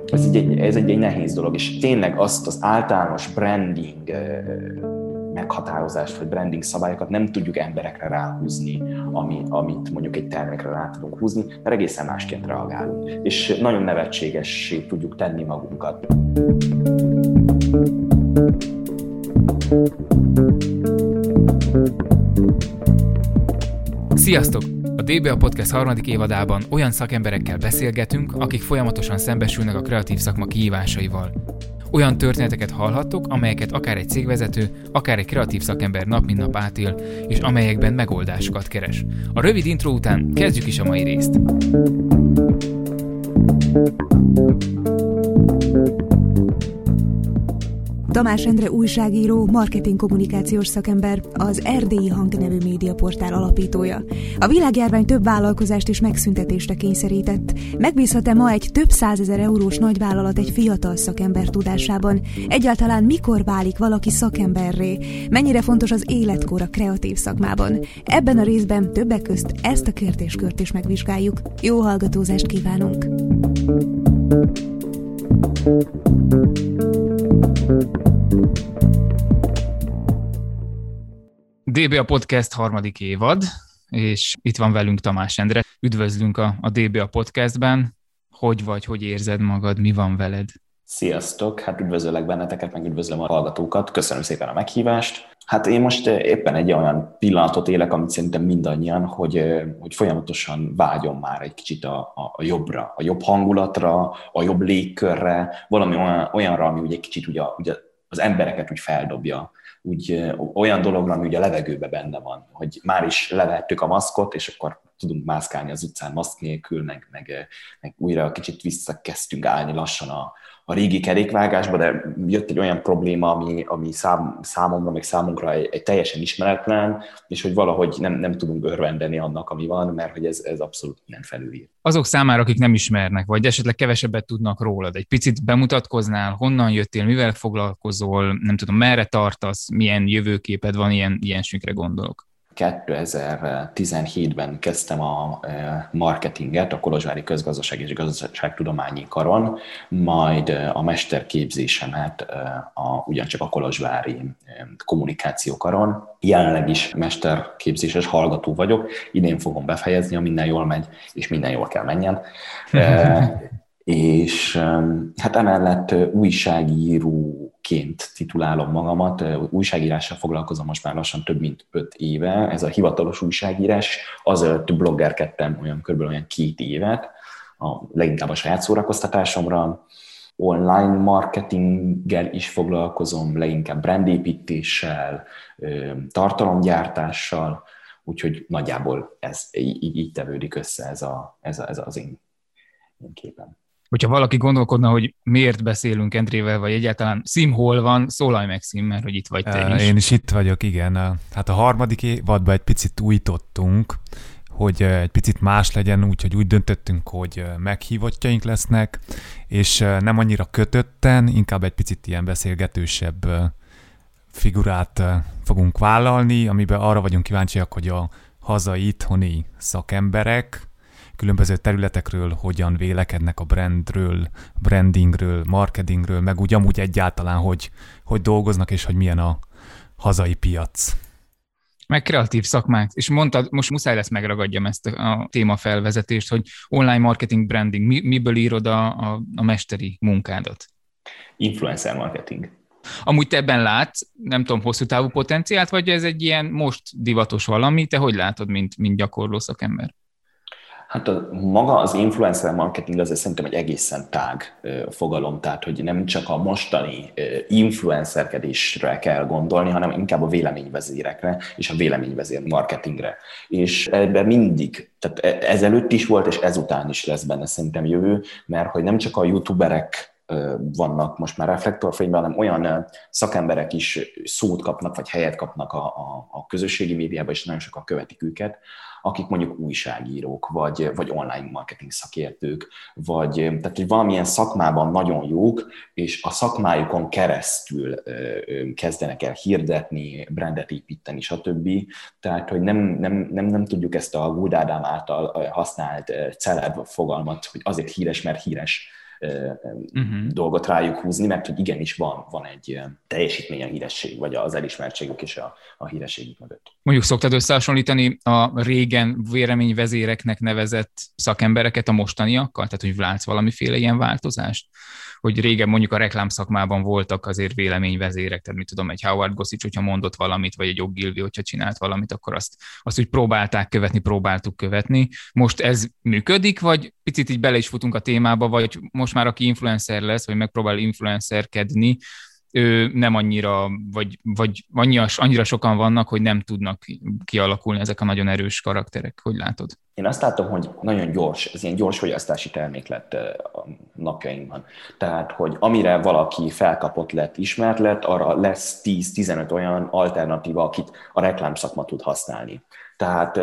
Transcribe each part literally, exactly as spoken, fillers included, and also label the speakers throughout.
Speaker 1: Ez egy, ez egy, egy nehéz dolog, és tényleg azt az általános branding meghatározást, vagy branding szabályokat nem tudjuk emberekre ráhúzni, ami, amit mondjuk egy termékre rá tudunk húzni, mert egészen másként reagálunk. És nagyon nevetségessé tudjuk tenni magunkat.
Speaker 2: Sziasztok! A dé bé á Podcast harmadik évadában olyan szakemberekkel beszélgetünk, akik folyamatosan szembesülnek a kreatív szakma kihívásaival. Olyan történeteket hallhattok, amelyeket akár egy cégvezető, akár egy kreatív szakember nap mint nap átél, és amelyekben megoldásokat keres. A rövid intro után kezdjük is a mai részt.
Speaker 3: Tamás Endre újságíró, marketing kommunikációs szakember, az Erdélyi Hang nevű médiaportál alapítója. A világjárvány több vállalkozást is megszüntetésre kényszerített. Megbízhat-e ma egy több százezer eurós nagyvállalat egy fiatal szakember tudásában? Egyáltalán mikor válik valaki szakemberré? Mennyire fontos az életkor a kreatív szakmában? Ebben a részben többek közt ezt a kérdéskört is megvizsgáljuk. Jó hallgatózást kívánunk!
Speaker 2: dé bé á Podcast harmadik évad, és itt van velünk Tamás Endre. Üdvözlünk a, a dé bé á Podcastben. Hogy vagy, hogy érzed magad, mi van veled?
Speaker 1: Sziasztok! Hát üdvözöllek benneteket, meg üdvözlöm a hallgatókat. Köszönöm szépen a meghívást. Hát én most éppen egy olyan pillanatot élek, amit szerintem mindannyian, hogy, hogy folyamatosan vágyom már egy kicsit a, a, a jobbra, a jobb hangulatra, a jobb légkörre, valami olyan, olyanra, ami ugye egy kicsit ugye, ugye az embereket úgy feldobja. Úgy, olyan dologra, ami ugye a levegőben benne van, hogy már is levettük a maszkot, és akkor tudunk mászkálni az utcán maszk nélkül, meg, meg, meg újra kicsit visszakezdtünk állni lassan a, a régi kerékvágásba, de jött egy olyan probléma, ami, ami szám, számomra, meg számunkra egy, egy teljesen ismeretlen, és hogy valahogy nem, nem tudunk örvendeni annak, ami van, mert hogy ez, ez abszolút nem felülír.
Speaker 2: Azok számára, akik nem ismernek, vagy esetleg kevesebbet tudnak rólad, egy picit bemutatkoznál, honnan jöttél, mivel foglalkozol, nem tudom, merre tartasz, milyen jövőképed van, ilyen, ilyesmikre gondolok.
Speaker 1: kétezer-tizenhétben kezdtem a marketinget a Kolozsvári Közgazdasági és Gazdaságtudományi Karon, majd a mesterképzésemet a, ugyancsak a Kolozsvári Kommunikációkaron. Jelenleg is mesterképzéses hallgató vagyok, idén fogom befejezni, ha minden jól megy, és minden jól kell menjen. És hát emellett újságíróként titulálom magamat, újságírással foglalkozom most már lassan több mint öt éve, ez a hivatalos újságírás, azelőtt bloggerkedtem olyan kb. Olyan két évet, a, leginkább a saját szórakoztatásomra, online marketinggel is foglalkozom, leginkább brandépítéssel, tartalomgyártással, úgyhogy nagyjából ez így, így tevődik össze ez, a, ez, a, ez az én, én képem.
Speaker 2: Hogyha valaki gondolkodna, hogy miért beszélünk Endrével, vagy egyáltalán Szim hol van, szólalj meg Szim, mert hogy itt vagy te is.
Speaker 4: Én is itt vagyok, igen. Hát a harmadik évadban egy picit újítottunk, hogy egy picit más legyen, úgyhogy úgy döntöttünk, hogy meghívottjaink lesznek, és nem annyira kötötten, inkább egy picit ilyen beszélgetősebb figurát fogunk vállalni, amiben arra vagyunk kíváncsiak, hogy a hazai, itthoni szakemberek különböző területekről hogyan vélekednek a brandről, brandingről, marketingről, meg úgy amúgy egyáltalán, hogy, hogy dolgoznak, és hogy milyen a hazai piac.
Speaker 2: Meg kreatív szakmák. És mondtad, most muszáj lesz megragadjam ezt a témafelvezetést, hogy online marketing, branding, mi, miből írod a, a, a mesteri munkádat?
Speaker 1: Influencer marketing.
Speaker 2: Amúgy te ebben látsz, nem tudom, hosszú távú potenciált, vagy ez egy ilyen most divatos valami? Te hogy látod, mint, mint gyakorló szakember?
Speaker 1: Hát a, maga az influencer marketing azért szerintem egy egészen tág ö, fogalom, tehát hogy nem csak a mostani ö, influencerkedésre kell gondolni, hanem inkább a véleményvezérekre és a véleményvezér marketingre. És ebben mindig, tehát ezelőtt is volt, és ezután is lesz benne szerintem jövő, mert hogy nem csak a youtuberek vannak most már reflektorfényben, hanem olyan szakemberek is szót kapnak, vagy helyet kapnak a, a, a közösségi médiában, és nagyon sokan követik őket, akik mondjuk újságírók, vagy, vagy online marketing szakértők, vagy tehát, hogy valamilyen szakmában nagyon jók, és a szakmájukon keresztül kezdenek el hirdetni, brandet építeni, stb. Tehát, hogy nem, nem, nem, nem tudjuk ezt a Wood Ádám által használt celeb fogalmat, hogy azért híres, mert híres, uh-huh. dolgot rájuk húzni, mert hogy igenis van, van egy teljesítmény a híresség, vagy az elismertségük és a, a hírességük mögött.
Speaker 2: Mondjuk szoktad összehasonlítani a régen véleményvezéreknek nevezett szakembereket a mostaniakkal? Tehát, hogy látsz valamiféle ilyen változást? Hogy régen mondjuk a reklámszakmában voltak azért véleményvezérek, tehát mit tudom, egy Howard Gossich, hogyha mondott valamit, vagy egy Ogilvy, hogyha csinált valamit, akkor azt, azt úgy próbálták követni, próbáltuk követni. Most ez működik, vagy picit így bele is futunk a témába, vagy most már aki influencer lesz, vagy megpróbál influencerkedni, ő nem annyira, vagy, vagy annyira, annyira sokan vannak, hogy nem tudnak kialakulni ezek a nagyon erős karakterek. Hogy látod?
Speaker 1: Én azt látom, hogy nagyon gyors, ez ilyen gyors fogyasztási termék lett a napjainkban. Tehát, hogy amire valaki felkapott lett, ismert lett, arra lesz tíz-tizenöt olyan alternatíva, akit a reklámszakma tud használni. Tehát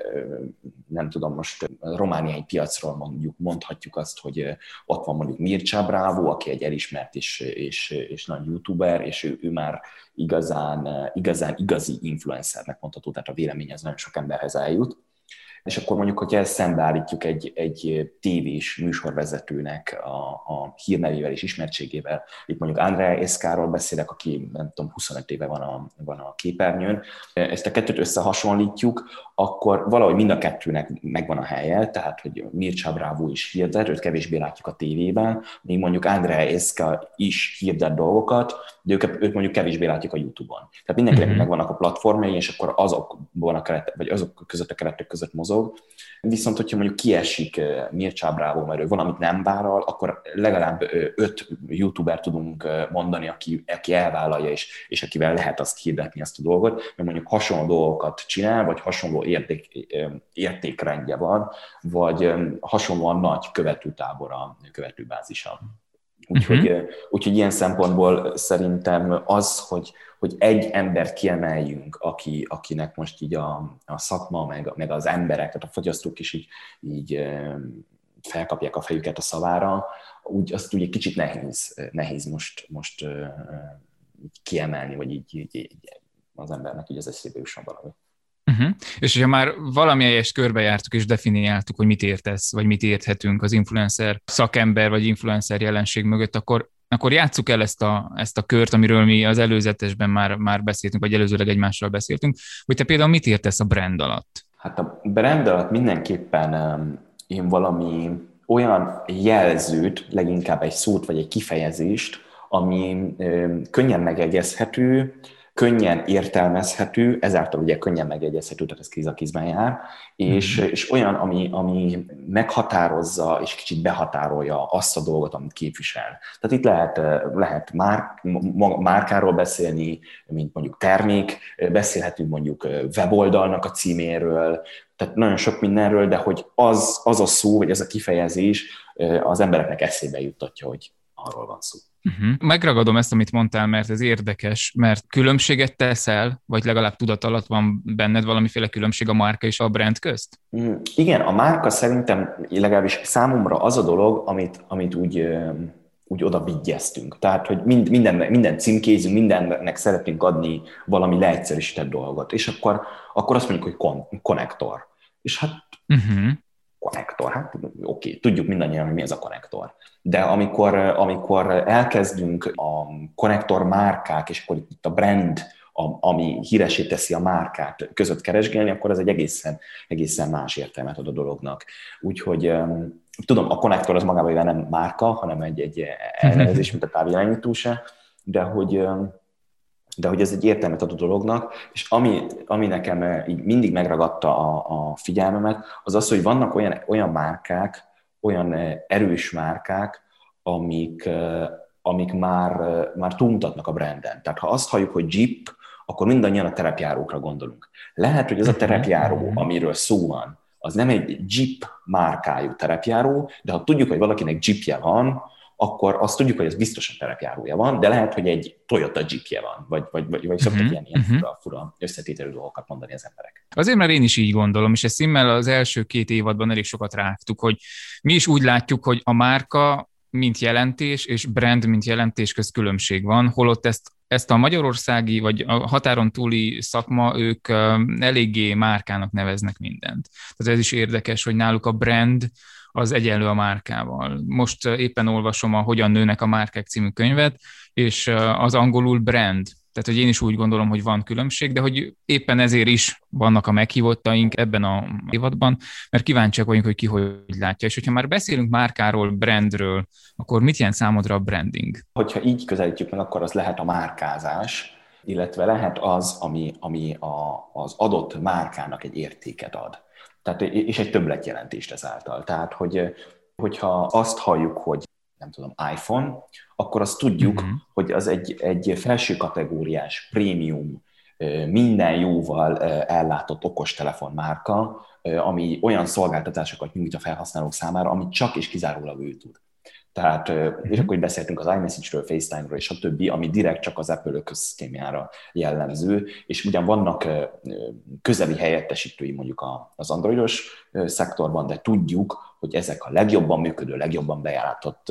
Speaker 1: nem tudom, most romániai piacról mondjuk mondhatjuk azt, hogy ott van mondjuk Mircea Bravo, aki egy elismert és, és, és nagy youtuber, és ő, ő már igazán, igazán igazi influencernek mondható, tehát a vélemény az nagyon sok emberhez eljut. És akkor mondjuk, hogyha ezt szembeállítjuk egy, egy tévés műsorvezetőnek a, a hírnevével és ismertségével, itt mondjuk Andrea Escáról beszélek, aki nem tudom, huszonöt éve van a, van a képernyőn, ezt a kettőt összehasonlítjuk, akkor valahogy mind a kettőnek megvan a helye, tehát hogy Mircea Bravo is hirdet, őt kevésbé látjuk a tévében, még mondjuk Andrea Esca is hirdet dolgokat, de őket, őt mondjuk kevésbé látjuk a YouTube-on. Tehát mindenkinek mm-hmm. megvannak a platformjai, és akkor azokban a keretek, vagy azok között a keretek között mozog. Viszont, hogyha mondjuk kiesik Mircea Bravo, mert ő valamit nem vállal, akkor legalább öt youtuber tudunk mondani, aki, aki elvállalja, és, és akivel lehet azt hirdetni, ezt a dolgot, mert mondjuk hasonló dolgokat csinál, vagy hasonló érték, értékrendje van, vagy hasonlóan nagy követőtábora, követőbázisa. Úgyhogy, uh-huh. úgyhogy ilyen szempontból szerintem az, hogy, hogy egy embert kiemeljünk, aki, akinek most így a, a szakma, meg, meg az emberek, tehát a fogyasztók is így, így felkapják a fejüket a szavára, úgy azt ugye kicsit nehéz, nehéz most, most kiemelni, vagy így, így, így az embernek így az eszébe jusson valami.
Speaker 2: Uh-huh. És hogyha már valami helyest körbejártuk és definiáltuk, hogy mit értesz, vagy mit érthetünk az influencer szakember, vagy influencer jelenség mögött, akkor, akkor játsszuk el ezt a, ezt a kört, amiről mi az előzetesben már, már beszéltünk, vagy előzőleg egymással beszéltünk, hogy te például mit értesz a brand alatt?
Speaker 1: Hát a brand alatt mindenképpen um, én valami olyan jelzőt, leginkább egy szót, vagy egy kifejezést, ami um, könnyen megjegyezhető, könnyen értelmezhető, ezáltal ugye könnyen megjegyezhető, tehát ez kéz a kézben jár, és, mm-hmm. és olyan, ami, ami meghatározza és kicsit behatárolja azt a dolgot, amit képvisel. Tehát itt lehet, lehet márk, márkáról beszélni, mint mondjuk termék, beszélhetünk mondjuk weboldalnak a címéről, tehát nagyon sok mindenről, de hogy az, az a szó, vagy ez a kifejezés az embereknek eszébe juttatja, hogy arról van szó.
Speaker 2: Uh-huh. Megragadom ezt, amit mondtál, mert ez érdekes, mert különbséget teszel, vagy legalább tudat alatt van benned valamiféle különbség a márka és a brand közt?
Speaker 1: Mm, igen, a márka szerintem legalábbis számomra az a dolog, amit, amit úgy, úgy oda vigyeztünk. Tehát, hogy mind, minden, minden címkézünk, mindennek szeretnénk adni valami leegyszerűsített dolgot. És akkor, akkor azt mondjuk, hogy kon, konnektor. És hát uh-huh. konnektor, hát oké, okay, tudjuk mindannyian, hogy mi az a konnektor. De amikor, amikor elkezdünk a konnektor márkák, és akkor itt a brand, ami híressé teszi a márkát között keresgélni, akkor ez egy egészen, egészen más értelmet ad a dolognak. Úgyhogy tudom, a konnektor az magában nem márka, hanem egy, egy elnevezés, mint a távirányító se, de hogy, de hogy ez egy értelmet ad a dolognak, és ami, ami nekem így mindig megragadta a, a figyelmemet, az az, hogy vannak olyan, olyan márkák, olyan erős márkák, amik, amik már, már túlmutatnak a branden. Tehát ha azt halljuk, hogy Jeep, akkor mindannyian a terepjárókra gondolunk. Lehet, hogy az a terepjáró, amiről szó van, az nem egy Jeep márkájú terepjáró, de ha tudjuk, hogy valakinek Jeepje van, akkor azt tudjuk, hogy ez biztosan terepjárója van, de lehet, hogy egy Toyota Jeepje van, vagy, vagy, vagy, vagy szoktak uh-huh. ilyen, ilyen fura, fura összetételű dolgokat mondani az emberek.
Speaker 2: Azért, mert én is így gondolom, és ezt Simmel az első két évadban elég sokat rágtuk, hogy mi is úgy látjuk, hogy a márka mint jelentés, és brand mint jelentés közt különbség van, holott ezt, ezt a magyarországi, vagy a határon túli szakma, ők eléggé márkának neveznek mindent. Tehát ez is érdekes, hogy náluk a brand az egyenlő a márkával. Most éppen olvasom a Hogyan nőnek a márkák című könyvet, és az angolul brand. Tehát, hogy én is úgy gondolom, hogy van különbség, de hogy éppen ezért is vannak a meghívottaink ebben a évadban, mert kíváncsiak vagyunk, hogy ki hogy látja. És hogyha már beszélünk márkáról, brandről, akkor mit jelent számodra a branding?
Speaker 1: Hogyha így közelítjük meg, akkor az lehet a márkázás, illetve lehet az, ami, ami a, az adott márkának egy értéket ad. Tehát, és egy többletjelentést ezáltal. Tehát, hogy, hogyha azt halljuk, hogy nem tudom, iPhone, akkor azt tudjuk, uh-huh. hogy az egy, egy felső kategóriás, prémium, minden jóval ellátott okostelefon márka, ami olyan szolgáltatásokat nyújt a felhasználók számára, amit csak és kizárólag ő tud. Tehát, uh-huh. és akkor beszéltünk az iMessage-ről, FaceTime-ről és a többi, ami direkt csak az Apple ökoszisztémára jellemző, és ugyan vannak közeli helyettesítői mondjuk az androidos szektorban, de tudjuk, hogy ezek a legjobban működő, legjobban bejáratott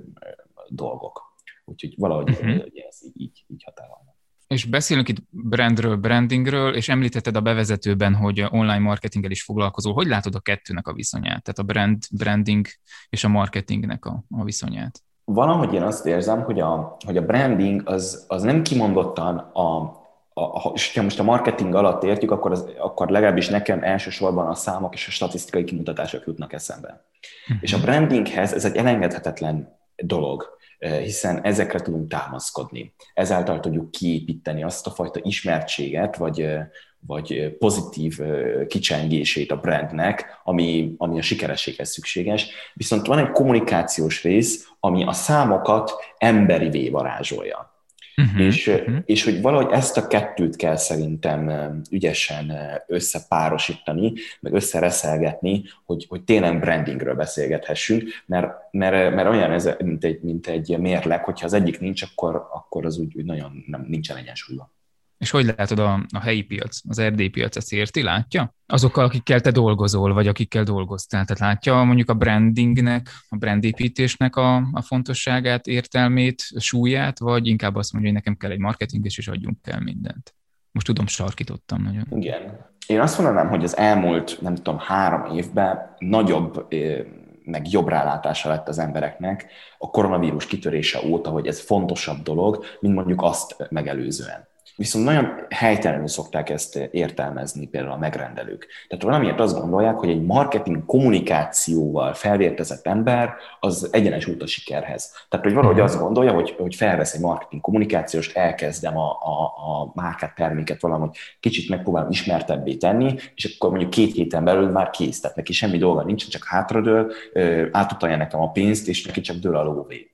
Speaker 1: dolgok. Úgyhogy valahogy uh-huh. ez így, így, így határolna.
Speaker 2: És beszélünk itt brandről, brandingről, és említetted a bevezetőben, hogy online marketinggel is foglalkozol. Hogy látod a kettőnek a viszonyát? Tehát a brand, branding és a marketingnek a, a viszonyát?
Speaker 1: Valahogy én azt érzem, hogy a, hogy a branding az, az nem kimondottan a, a, és ha most a marketing alatt értjük, akkor, az, akkor legalábbis nekem elsősorban a számok és a statisztikai kimutatások jutnak eszembe. Uh-huh. És a brandinghez ez egy elengedhetetlen dolog, hiszen ezekre tudunk támaszkodni. Ezáltal tudjuk kiépíteni azt a fajta ismertséget, vagy, vagy pozitív kicsengését a brandnek, ami, ami a sikerességhez szükséges. Viszont van egy kommunikációs rész, ami a számokat emberivé varázsolja. Uh-huh, és, uh-huh. és hogy valahogy ezt a kettőt kell szerintem ügyesen összepárosítani, meg összereszelgetni, hogy, hogy tényleg brandingről beszélgethessünk, mert, mert, mert olyan ez, mint egy, mint egy mérleg, hogyha az egyik nincs, akkor, akkor az úgy, úgy nagyon nem, nincsen egyensúlyban.
Speaker 2: És hogy látod a, a helyi piac, az erdélyi piac, ezt érti, látja? Azokkal, akikkel te dolgozol, vagy akikkel dolgoztál, tehát látja mondjuk a brandingnek, a brandépítésnek a, a fontosságát, értelmét, súlyát, vagy inkább azt mondja, hogy nekem kell egy marketing, és adjunk kell mindent. Most tudom, sarkítottam nagyon.
Speaker 1: Igen. Én azt mondanám, hogy az elmúlt, nem tudom, három évben nagyobb, meg jobb rálátása lett az embereknek a koronavírus kitörése óta, hogy ez fontosabb dolog, mint mondjuk azt megelőzően. Viszont nagyon helytelenül szokták ezt értelmezni például a megrendelők. Tehát valamiért azt gondolják, hogy egy marketing kommunikációval felvértezett ember az egyenes út a sikerhez. Tehát, hogy valahogy azt gondolja, hogy, hogy felvesz egy marketing kommunikációst, elkezdem a, a, a márkát, terméket valahogy kicsit megpróbálom ismertebbé tenni, és akkor mondjuk két héten belül már kész. Tehát neki semmi dolga nincs, csak hátradől, átutalja nekem a pénzt, és neki csak dől a lóvé.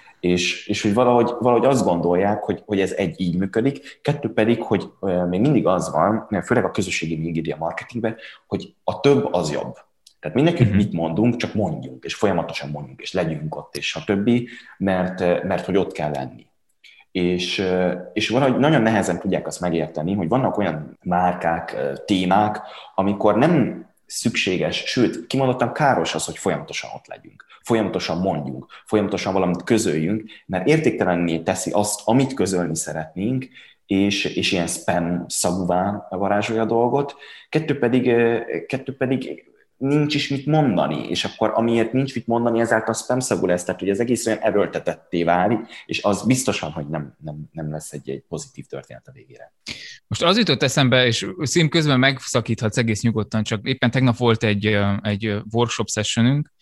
Speaker 1: És, és hogy valahogy, valahogy azt gondolják, hogy, hogy ez egy így működik, kettő pedig, hogy még mindig az van, főleg a közösségi média marketingben, hogy a több az jobb. Tehát mindenki, mm-hmm. mit mondunk, csak mondjunk, és folyamatosan mondjunk, és legyünk ott, és a többi, mert, mert hogy ott kell lenni. És, és valahogy nagyon nehezen tudják azt megérteni, hogy vannak olyan márkák, témák, amikor nem szükséges, sőt, kimondottan káros az, hogy folyamatosan ott legyünk, folyamatosan mondjunk, folyamatosan valamit közöljünk, mert értéktelenné teszi azt, amit közölni szeretnénk, és, és ilyen spam szagúvá varázsolja a dolgot, kettő pedig, kettő pedig nincs is mit mondani, és akkor amiért nincs mit mondani, ezáltal spam szagú lesz, tehát hogy az egész olyan erőltetetté válik, és az biztosan, hogy nem, nem, nem lesz egy, egy pozitív történet a végére.
Speaker 2: Most az jutott eszembe, és szím közben megszakíthatsz egész nyugodtan, csak éppen tegnap volt egy, egy workshop sessionünk,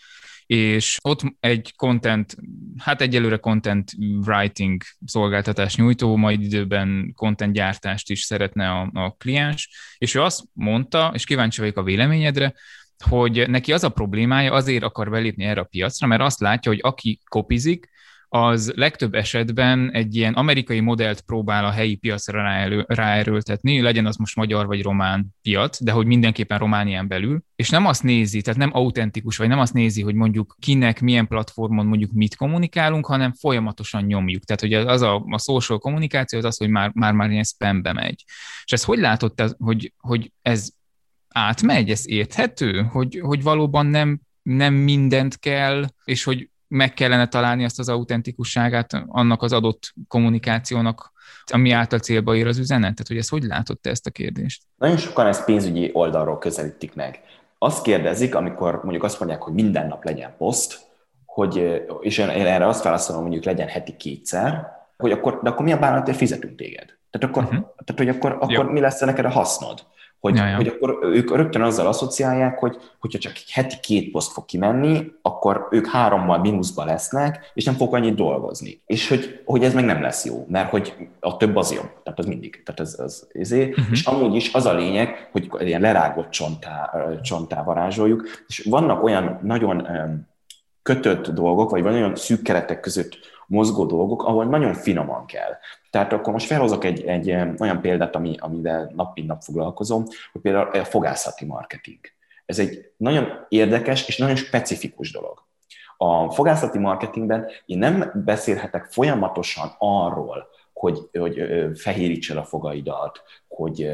Speaker 2: és ott egy content, hát egyelőre content writing szolgáltatás nyújtó, majd időben content gyártást is szeretne a, a kliens, és ő azt mondta, és kíváncsi vagyok a véleményedre, hogy neki az a problémája, azért akar belépni erre a piacra, mert azt látja, hogy aki kopizik, az legtöbb esetben egy ilyen amerikai modellt próbál a helyi piacra ráelő, ráerőltetni, legyen az most magyar vagy román piac, de hogy mindenképpen Románián belül, és nem azt nézi, tehát nem autentikus, vagy nem azt nézi, hogy mondjuk kinek, milyen platformon mondjuk mit kommunikálunk, hanem folyamatosan nyomjuk. Tehát hogy az a, a social kommunikáció az az, hogy már, már, már ilyen spambe megy. És ezt hogy látod te, hogy, hogy ez átmegy, ez érthető, hogy, hogy valóban nem, nem mindent kell, és hogy meg kellene találni azt az autentikusságát annak az adott kommunikációnak, ami által célba ér az üzenet? Tehát, hogy ezt hogy látod te ezt a kérdést?
Speaker 1: Nagyon sokan ezt pénzügyi oldalról közelítik meg. azt kérdezik, amikor mondjuk azt mondják, hogy minden nap legyen poszt, hogy, és én erre azt válaszolom, mondjuk legyen heti kétszer, hogy akkor, de akkor mi a bánatért fizetünk téged? Tehát akkor, uh-huh. tehát, hogy akkor, akkor mi lesz neked a hasznod? Hogy, ja, ja. hogy akkor ők rögtön azzal asszociálják, hogy hogyha csak heti két poszt fog kimenni, akkor ők hárommal mínuszban lesznek, és nem fogok annyit dolgozni. És hogy, hogy ez meg nem lesz jó, mert hogy a több az jobb. Tehát az mindig. Tehát ez, az, ezért. Uh-huh. És amúgy is az a lényeg, hogy ilyen lerágott csontá, csontá varázsoljuk, és vannak olyan nagyon kötött dolgok, vagy van olyan szűk keretek között mozgó dolgok, ahol nagyon finoman kell. Tehát akkor most felhozok egy, egy olyan példát, ami, amivel nap mint nap foglalkozom, hogy például a fogászati marketing. Ez egy nagyon érdekes és nagyon specifikus dolog. A fogászati marketingben én nem beszélhetek folyamatosan arról, hogy, hogy fehérítsél a fogaidat, hogy,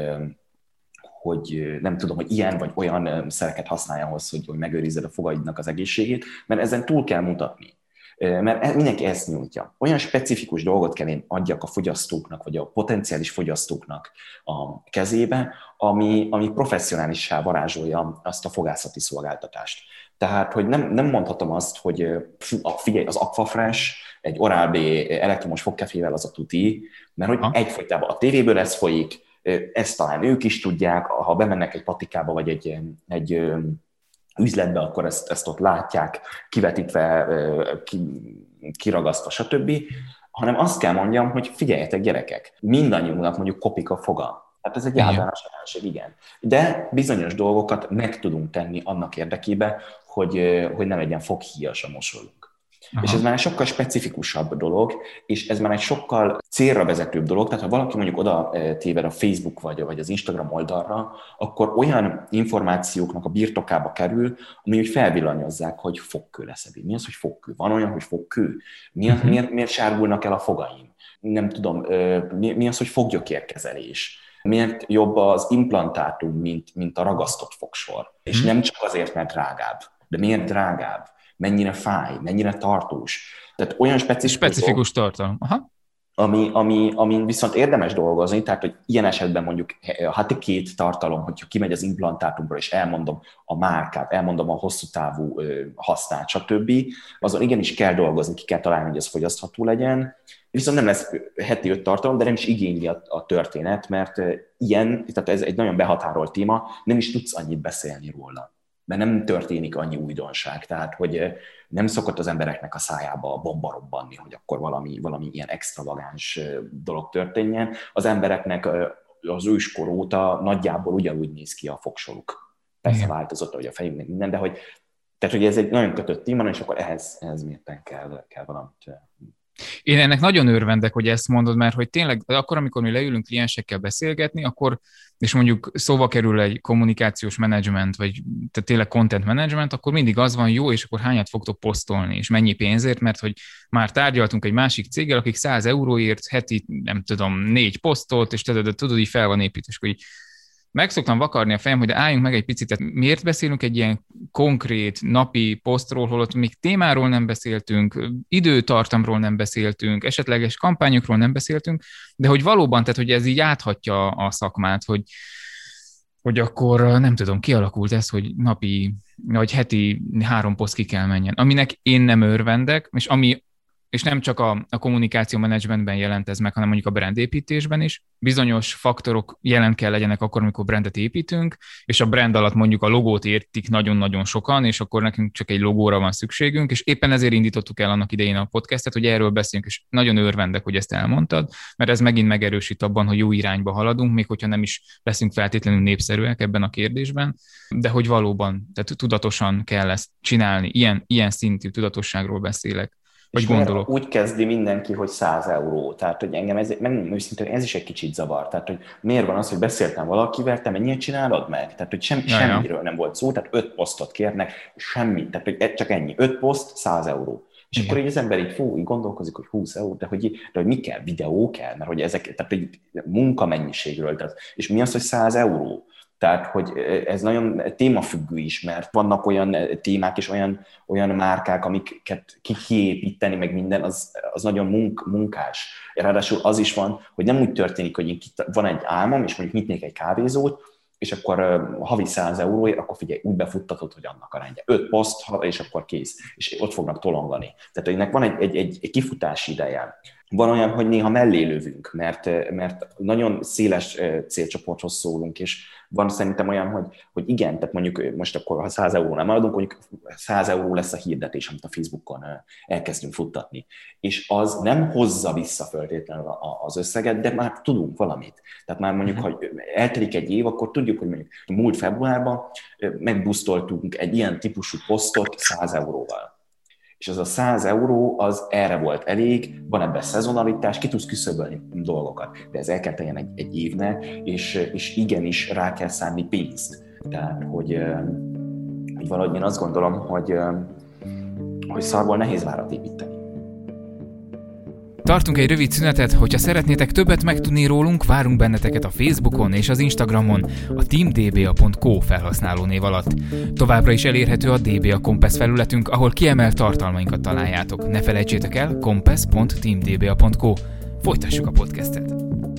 Speaker 1: hogy nem tudom, hogy ilyen vagy olyan szereket használj ahhoz, hogy, hogy megőrizzed a fogaidnak az egészségét, mert ezen túl kell mutatni. Mert mindenki ezt nyújtja. Olyan specifikus dolgot kell én adjak a fogyasztóknak, vagy a potenciális fogyasztóknak a kezébe, ami, ami professzionálissá varázsolja azt a fogászati szolgáltatást. Tehát, hogy nem, nem mondhatom azt, hogy figyelj, az Aquafresh egy Oral-B elektromos fogkefével az a tuti, mert hogy ha. egyfolytában a tévéből ez folyik, ezt talán ők is tudják, ha bemennek egy patikába, vagy egy, egy üzletbe, akkor ezt, ezt ott látják, kivetítve, kiragasztva, stb. Hanem azt kell mondjam, hogy figyeljetek gyerekek, mindannyiunknak mondjuk kopik a foga. Tehát ez egy általános jelenség, igen. De bizonyos dolgokat meg tudunk tenni annak érdekében, hogy, hogy ne legyen foghíjas a mosolyunk. Aha. És ez már egy sokkal specifikusabb dolog, és ez már egy sokkal célra vezetőbb dolog, tehát ha valaki mondjuk oda téved a Facebook vagy, vagy az Instagram oldalra, akkor olyan információknak a birtokába kerül, ami úgy felvillanyozzák, hogy fogkő leszedi. Mi az, hogy fogkő? Van olyan, hogy fogkő? Mi az, uh-huh. miért, miért sárgulnak el a fogaim? Nem tudom, mi, mi az, hogy foggyökérkezelés? Miért jobb az implantátum, mint, mint a ragasztott fogsor? Uh-huh. És nem csak azért, mert drágább. De miért drágább? Mennyire fáj, mennyire tartós. Tehát olyan specifikus,
Speaker 2: specifikus tartalom. Aha.
Speaker 1: Ami, ami, ami viszont érdemes dolgozni, tehát hogy ilyen esetben mondjuk heti két tartalom, hogyha kimegy az implantátumról, és elmondom a márkát, elmondom a hosszú távú hasznát, stb., azon igenis kell dolgozni, ki kell találni, hogy ez fogyasztható legyen. Viszont nem lesz heti öt tartalom, de nem is igényli a, a történet, mert ilyen, tehát ez egy nagyon behatárolt téma, nem is tudsz annyit beszélni róla. Mert nem történik annyi újdonság, tehát hogy nem szokott az embereknek a szájába bomba robbanni, hogy akkor valami, valami ilyen extravagáns dolog történjen. Az embereknek az őskor óta nagyjából ugyanúgy néz ki a fogsoruk. Persze igen. Változott, hogy a fejünknek minden, de hogy, tehát, hogy ez egy nagyon kötött téma, és akkor ehhez, ehhez mérten kell, kell valamit.
Speaker 2: Én ennek nagyon örvendek, hogy ezt mondod, mert hogy tényleg akkor, amikor mi leülünk kliensekkel beszélgetni, akkor, és mondjuk szóba kerül egy kommunikációs menedzsment, vagy tehát tényleg content management, akkor mindig az van, jó, és akkor hányat fogtok posztolni, és mennyi pénzért, mert hogy már tárgyaltunk egy másik céggel, akik száz euróért heti, nem tudom, négy posztolt, és tudod, tudod, így fel van építve, és akkor így meg szoktam vakarni a fejem, hogy álljunk meg egy picit, tehát miért beszélünk egy ilyen konkrét napi posztról, holott még témáról nem beszéltünk, időtartamról nem beszéltünk, esetleges kampányokról nem beszéltünk, de hogy valóban, tehát hogy ez így áthatja a szakmát, hogy, hogy akkor nem tudom, kialakult ez, hogy napi vagy heti három poszt ki kell menjen, aminek én nem örvendek, és ami és nem csak a, a kommunikáció menedzsmentben jelent ez meg, hanem mondjuk a brandépítésben is. Bizonyos faktorok jelen kell legyenek akkor, amikor brandet építünk, és a brand alatt mondjuk a logót értik nagyon-nagyon sokan, és akkor nekünk csak egy logóra van szükségünk, és éppen ezért indítottuk el annak idején a podcastet, hogy erről beszéljünk, és nagyon örvendek, hogy ezt elmondtad, mert ez megint megerősít abban, hogy jó irányba haladunk, még hogyha nem is leszünk feltétlenül népszerűek ebben a kérdésben, de hogy valóban, tehát tudatosan kell ezt csinálni, ilyen, ilyen szintű tudatosságról beszélek. Vagy gondolok.
Speaker 1: Úgy kezdi mindenki, hogy száz euró. Tehát, hogy engem ez, nem őszintén, ez is egy kicsit zavar. Tehát, hogy miért van az, hogy beszéltem valakivel, te mennyit csinálod meg? Tehát, hogy sem, ja, semmiről ja. nem volt szó, tehát öt posztot kérnek, semmi. Tehát, hogy csak ennyi. Öt poszt, száz euró. És igen. Akkor így az ember így, fú, így gondolkozik, hogy húsz euró, de hogy, de hogy mi kell? Videó kell? Mert hogy ezek, tehát egy munkamennyiségről. Tehát, és mi az, hogy száz euró? Tehát, hogy ez nagyon témafüggő is, mert vannak olyan témák és olyan, olyan márkák, amiket kiépíteni, meg minden, az, az nagyon munk, munkás. Ráadásul az is van, hogy nem úgy történik, hogy van egy álmom, és mondjuk nyitnék egy kávézót, és akkor havi száz euróért, akkor figyelj, úgy befuttatod, hogy annak a rendje. öt poszt, és akkor kész, és ott fognak tolongani. Tehát ennek van egy, egy, egy, egy kifutási ideje. Van olyan, hogy néha mellé lövünk, mert, mert nagyon széles célcsoporthoz szólunk, és van szerintem olyan, hogy, hogy igen, tehát mondjuk most akkor, ha száz euró nem maradunk, mondjuk száz euró lesz a hirdetés, amit a Facebookon elkezdünk futtatni. És az nem hozza vissza feltétlenül az összeget, de már tudunk valamit. Tehát már mondjuk, ha eltelik egy év, akkor tudjuk, hogy mondjuk múlt februárban megbusztoltunk egy ilyen típusú posztot száz euróval. És az a száz euró, az erre volt elég, van ebben szezonalitás, ki tudsz küszöbölni dolgokat, de ez el kell tenjen egy, egy évnek, és, és igenis rá kell szánni pénzt. Tehát, hogy, hogy valahogy én azt gondolom, hogy, hogy szarból nehéz várat építeni.
Speaker 2: Tartunk egy rövid szünetet, hogyha szeretnétek többet megtudni rólunk, várunk benneteket a Facebookon és az Instagramon a teamdba pont co felhasználónév alatt. Továbbra is elérhető a dé bé á Compass felületünk, ahol kiemelt tartalmainkat találjátok. Ne felejtsétek el, compass pont teamdba pont co. Folytassuk a podcastet.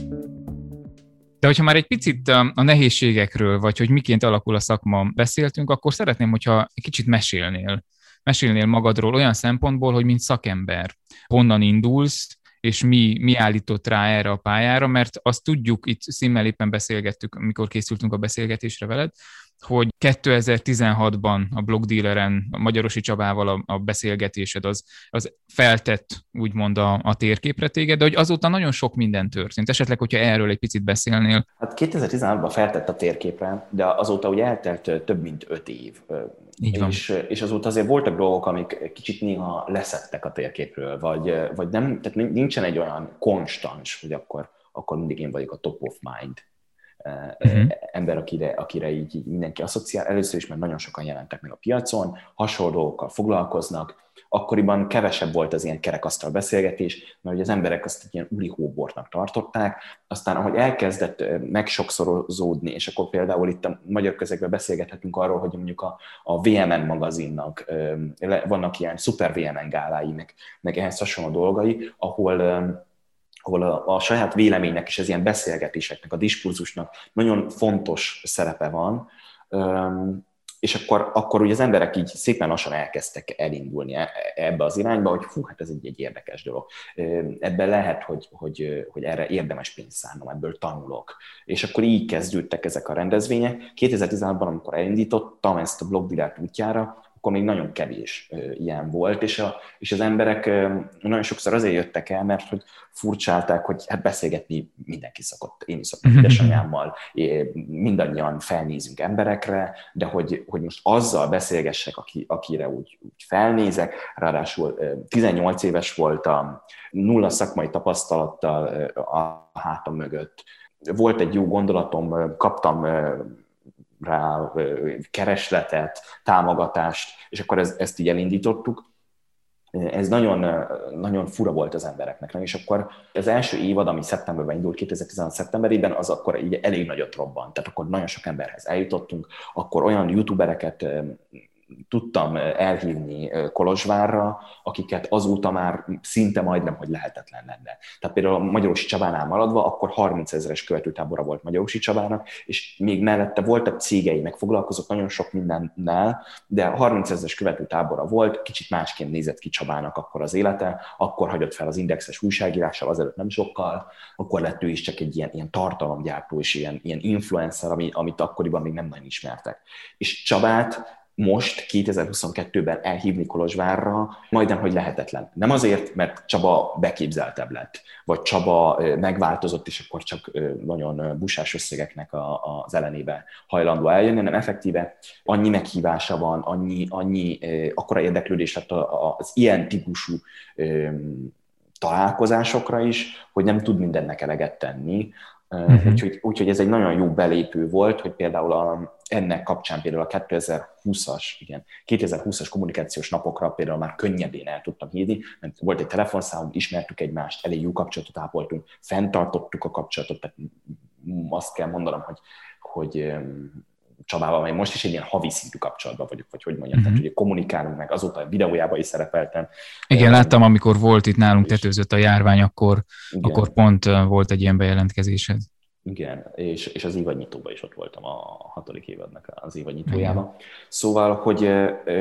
Speaker 2: De hogyha már egy picit a nehézségekről, vagy hogy miként alakul a szakma beszéltünk, akkor szeretném, hogyha egy kicsit mesélnél. Mesélnél magadról olyan szempontból, hogy mint szakember, honnan indulsz, és mi, mi állított rá erre a pályára, mert azt tudjuk, itt színmel éppen beszélgettük, amikor készültünk a beszélgetésre veled, hogy kétezer-tizenhatban a Blogdealeren, a Magyarosi Csabával a, a beszélgetésed az, az feltett úgymond a, a térképre téged, de hogy azóta nagyon sok minden történt. Esetleg, hogyha erről egy picit beszélnél.
Speaker 1: Hát kétezer-tizenhatban feltett a térképre, de azóta ugye eltelt több mint öt év.
Speaker 2: Így van.
Speaker 1: És, és azóta azért voltak dolgok, amik kicsit néha leszettek a térképről, vagy, vagy nem, tehát nincsen egy olyan konstans, hogy akkor, akkor mindig én vagyok a top of mind. Uh-huh. Ember, akire, akire így, így mindenki asszociál. Először is, mert nagyon sokan jelentek meg a piacon, hasonló dolgokkal foglalkoznak. Akkoriban kevesebb volt az ilyen kerekasztal beszélgetés, mert az emberek azt egy ilyen uri hóbortnak tartották. Aztán, ahogy elkezdett megsokszorozódni, és akkor például itt a magyar közegben beszélgethetünk arról, hogy mondjuk a, a vé em en magazinnak vannak ilyen szuper vé em en gálái, meg, meg ehhez hasonló dolgai, ahol ahol a, a saját véleménynek és az ilyen beszélgetéseknek, a diskurzusnak nagyon fontos szerepe van, és akkor, akkor ugye az emberek így szépen lassan elkezdtek elindulni ebbe az irányba, hogy fú, hát ez egy, egy érdekes dolog. Ebben lehet, hogy, hogy, hogy erre érdemes pénzt szánnom, ebből tanulok. És akkor így kezdődtek ezek a rendezvények. kétezer-tizenhatban, amikor elindítottam ezt a Blogdealert útjára, akkor még nagyon kevés ilyen volt, és, a, és az emberek nagyon sokszor azért jöttek el, mert hogy furcsálták, hogy hát beszélgetni mindenki szokott, én is szoktam édesanyámmal, mindannyian felnézünk emberekre, de hogy, hogy most azzal beszélgessek, aki, akire úgy, úgy felnézek, ráadásul tizennyolc éves voltam, nulla szakmai tapasztalattal a hátam mögött. Volt egy jó gondolatom, kaptam rá keresletet, támogatást, és akkor ez, ezt így elindítottuk. Ez nagyon, nagyon fura volt az embereknek. És akkor az első évad, ami szeptemberben indult, kétezer-tizenhat szeptemberében, az akkor így elég nagyot robbant. Tehát akkor nagyon sok emberhez eljutottunk, akkor olyan youtubereket tudtam elhívni Kolozsvárra, akiket azóta már szinte majdnem, hogy lehetetlen lenne. Tehát például a Magyarosi Csabánál maradva, akkor harminc ezeres követőtábora volt Magyarosi Csabának, és még mellette voltak cégei, meg foglalkozott nagyon sok mindennel, de harminc ezeres követőtábora volt, kicsit másként nézett ki Csabának akkor az élete, akkor hagyott fel az Indexes újságírással, azelőtt nem sokkal, akkor lett ő is csak egy ilyen, ilyen tartalomgyártó és ilyen, ilyen influencer, ami, amit akkoriban még nem nagyon ismertek. És Csabát most kétezer-huszonkettőben elhívni Kolozsvárra majdnem, hogy lehetetlen. Nem azért, mert Csaba beképzeltebb lett, vagy Csaba megváltozott, és akkor csak nagyon busás összegeknek az ellenébe hajlandó eljönni, hanem effektíve annyi meghívása van, annyi, annyi akkora érdeklődés lett az ilyen típusú találkozásokra is, hogy nem tud mindennek eleget tenni. Uh-huh. Úgyhogy, úgyhogy ez egy nagyon jó belépő volt, hogy például a, ennek kapcsán például a kétezer-húszas, igen, kétezer-húszas kommunikációs napokra például már könnyedén el tudtam hívni, mert volt egy telefonszámunk, ismertük egymást, elég jó kapcsolatot ápoltunk, fenntartottuk a kapcsolatot, tehát azt kell mondanom, hogy, hogy Csabával, mert most is egy ilyen havi szintű kapcsolatban vagyok, vagy hogy mondjam, uh-huh. tehát ugye kommunikálunk meg, azóta a videójában is szerepeltem.
Speaker 2: Igen, láttam, amikor volt itt nálunk tetőzött a járvány, akkor, akkor pont volt egy ilyen bejelentkezésed.
Speaker 1: Igen, és, és az évadnyitóban is ott voltam a hatodik évadnak az évadnyitójában. Mm. Szóval, hogy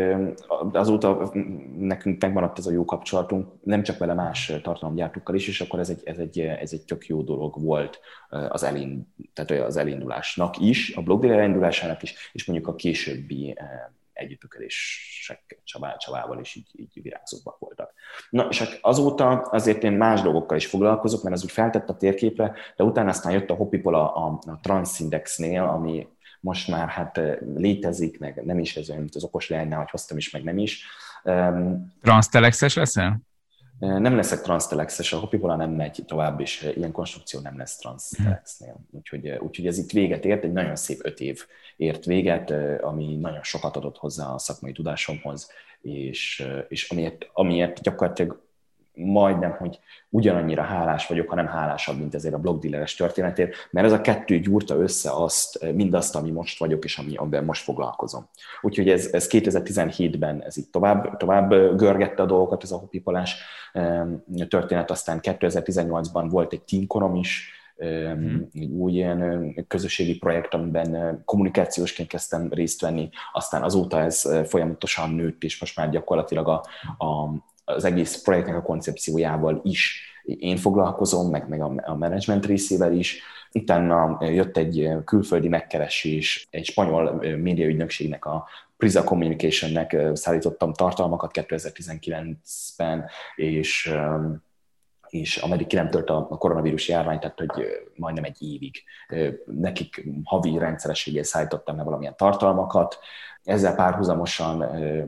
Speaker 1: azóta nekünk megmaradt ez a jó kapcsolatunk, nem csak vele, más tartalomgyártókkal is, és akkor ez egy, ez egy, ez egy tök jó dolog volt az, elind, tehát az elindulásnak is, a blogdealer elindulásának is, és mondjuk a későbbi együttműködések Csabával is így, így virágzóbbak voltak. Na, és azóta azért én más dolgokkal is foglalkozok, mert az úgy feltett a térképre, de utána aztán jött a Hoppipol a, a, a Transindexnél, ami most már hát létezik, meg nem is ez olyan, mint az okos leánynál, hogy hoztam is, meg nem is.
Speaker 2: Transtelexes leszel?
Speaker 1: Nem leszek Transtelexes, a Hoppipola nem megy tovább, és ilyen konstrukció nem lesz Transtelexnél. Úgyhogy, úgyhogy ez itt véget ért, egy nagyon szép öt év ért véget, ami nagyon sokat adott hozzá a szakmai tudásomhoz, és, és amiért, amiért gyakorlatilag majdnem, hogy ugyanannyira hálás vagyok, hanem hálásabb, mint ezért a blogdealeres történetért, mert ez a kettő gyúrta össze azt, mindazt, ami most vagyok, és ami, amiben most foglalkozom. Úgyhogy ez, ez kétezer-tizenhétben ez itt tovább, tovább görgette a dolgokat, ez a hoppipolás történet, aztán kétezer-tizennyolcban volt egy teamkorom is, Hmm. egy új ilyen közösségi projekt, amiben kommunikációsként kezdtem részt venni, aztán azóta ez folyamatosan nőtt, és most már gyakorlatilag a, a, az egész projektnek a koncepciójával is én foglalkozom, meg, meg a, a menedzsment részével is. Utána jött egy külföldi megkeresés, egy spanyol médiaügynökségnek, a Prisa Communicationnek szállítottam tartalmakat kétezer-tizenkilencben, és és ameddig ki nem tört a koronavírus járvány, tehát hogy majdnem egy évig nekik havi rendszerességgel szállítottam le valamilyen tartalmakat. Ezzel párhuzamosan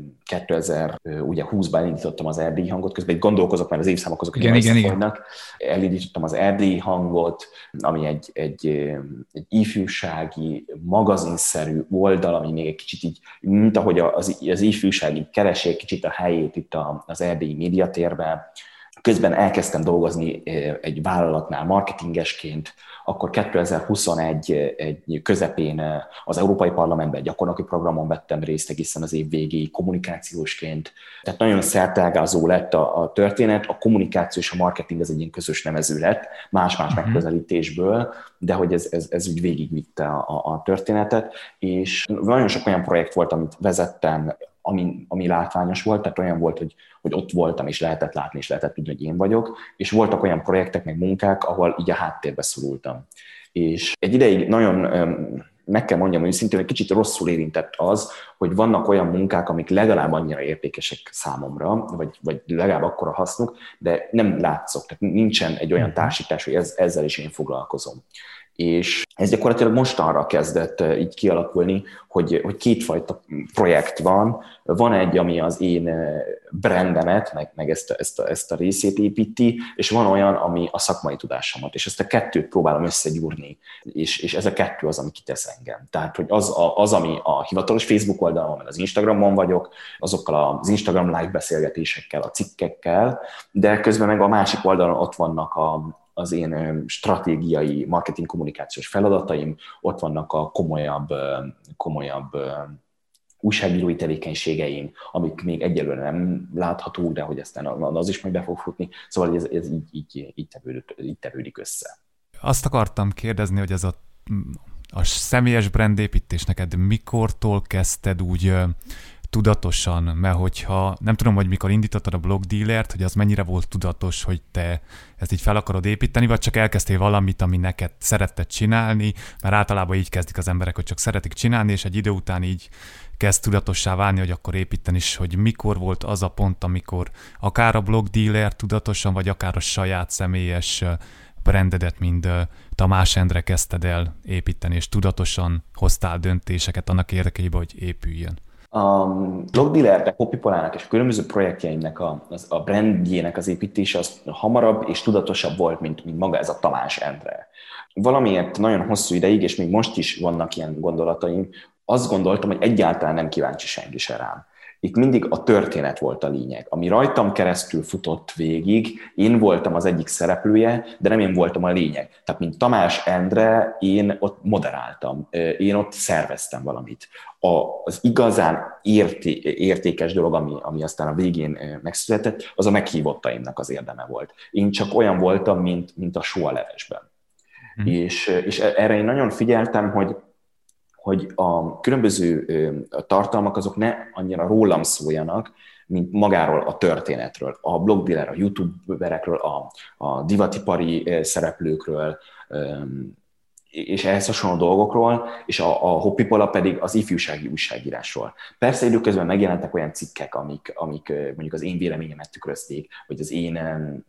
Speaker 1: kétezer-húszban elindítottam az erdélyi hangot, közben itt gondolkozok, mert az évszámok azok,
Speaker 2: igen, igen, igen.
Speaker 1: Elindítottam az erdélyi hangot, ami egy, egy, egy ifjúsági, magazinszerű oldal, ami még egy kicsit így, mint ahogy az, az ifjúsági keresi egy kicsit a helyét itt az erdélyi médiatérben. Közben elkezdtem dolgozni egy vállalatnál marketingesként, akkor kétezer-huszonegy egy közepén az Európai Parlamentben egy gyakornoki programon vettem részt egészen az év végéig kommunikációsként. Tehát nagyon szerteágazó lett a, a történet, a kommunikáció és a marketing az egy ilyen közös nevező lett, más-más uh-huh. megközelítésből, de hogy ez, ez, ez úgy végigvitte a, a történetet, és nagyon sok olyan projekt volt, amit vezettem, Ami, ami látványos volt, tehát olyan volt, hogy, hogy ott voltam, és lehetett látni, és lehetett tudni, hogy én vagyok, és voltak olyan projektek, meg munkák, ahol így a háttérbe szorultam. És egy ideig nagyon, meg kell mondjam, hogy szintén egy kicsit rosszul érintett az, hogy vannak olyan munkák, amik legalább annyira értékesek számomra, vagy, vagy legalább akkora hasznuk, de nem látszok, tehát nincsen egy olyan társítás, hogy ez, ezzel is én foglalkozom. És ez gyakorlatilag mostanra kezdett így kialakulni, hogy, hogy kétfajta projekt van. Van egy, ami az én brandemet, meg, meg ezt, a, ezt, a, ezt a részét építi, és van olyan, ami a szakmai tudásomat, és ezt a kettőt próbálom összegyúrni, és, és ez a kettő az, ami kitesz engem. Tehát, hogy az, a, az ami a hivatalos Facebook oldalon, meg az Instagramon vagyok, azokkal az Instagram live beszélgetésekkel, a cikkekkel, de közben meg a másik oldalon ott vannak a az én stratégiai marketing kommunikációs feladataim, ott vannak a komolyabb, komolyabb újságírói tevékenységeim, amik még egyelőre nem láthatók, de hogy aztán az is majd be fog futni. Szóval ez, ez így, így, így, tevődik, így tevődik össze.
Speaker 4: Azt akartam kérdezni, hogy ez a, a személyes brandépítés neked mikortól kezdted úgy tudatosan, mert hogyha nem tudom, hogy mikor indítottad a blogdealert, hogy az mennyire volt tudatos, hogy te ezt így fel akarod építeni, vagy csak elkezdtél valamit, ami neked szeretted csinálni, mert általában így kezdik az emberek, hogy csak szeretik csinálni, és egy idő után így kezd tudatossá válni, hogy akkor építeni is, hogy mikor volt az a pont, amikor akár a blogdealer tudatosan, vagy akár a saját személyes brandedet, mint Tamás Endre kezdted el építeni, és tudatosan hoztál döntéseket annak érdekében, hogy épüljön.
Speaker 1: A blogdealernek, Hoppipolának és a különböző projektjeimnek a, a brandjének az építése az hamarabb és tudatosabb volt, mint, mint maga ez a Tamás Endre. Valamiért nagyon hosszú ideig, és még most is vannak ilyen gondolataim, azt gondoltam, hogy egyáltalán nem kíváncsi senki se rám. Itt mindig a történet volt a lényeg. Ami rajtam keresztül futott végig, én voltam az egyik szereplője, de nem én voltam a lényeg. Tehát, mint Tamás Endre, én ott moderáltam, én ott szerveztem valamit. Az igazán érté- értékes dolog, ami, ami aztán a végén megszületett, az a meghívottaimnak az érdeme volt. Én csak olyan voltam, mint, mint a só a levesben. Mm. És, és erre én nagyon figyeltem, hogy, hogy a különböző tartalmak azok ne annyira rólam szóljanak, mint magáról a történetről, a blogdealer, a youtuberekről, a, a divatipari szereplőkről, és ehhez hasonló dolgokról, és a, a Hopipola pedig az ifjúsági újságírásról. Persze időközben megjelentek olyan cikkek, amik, amik mondjuk az én véleményemet tükrözték, vagy az én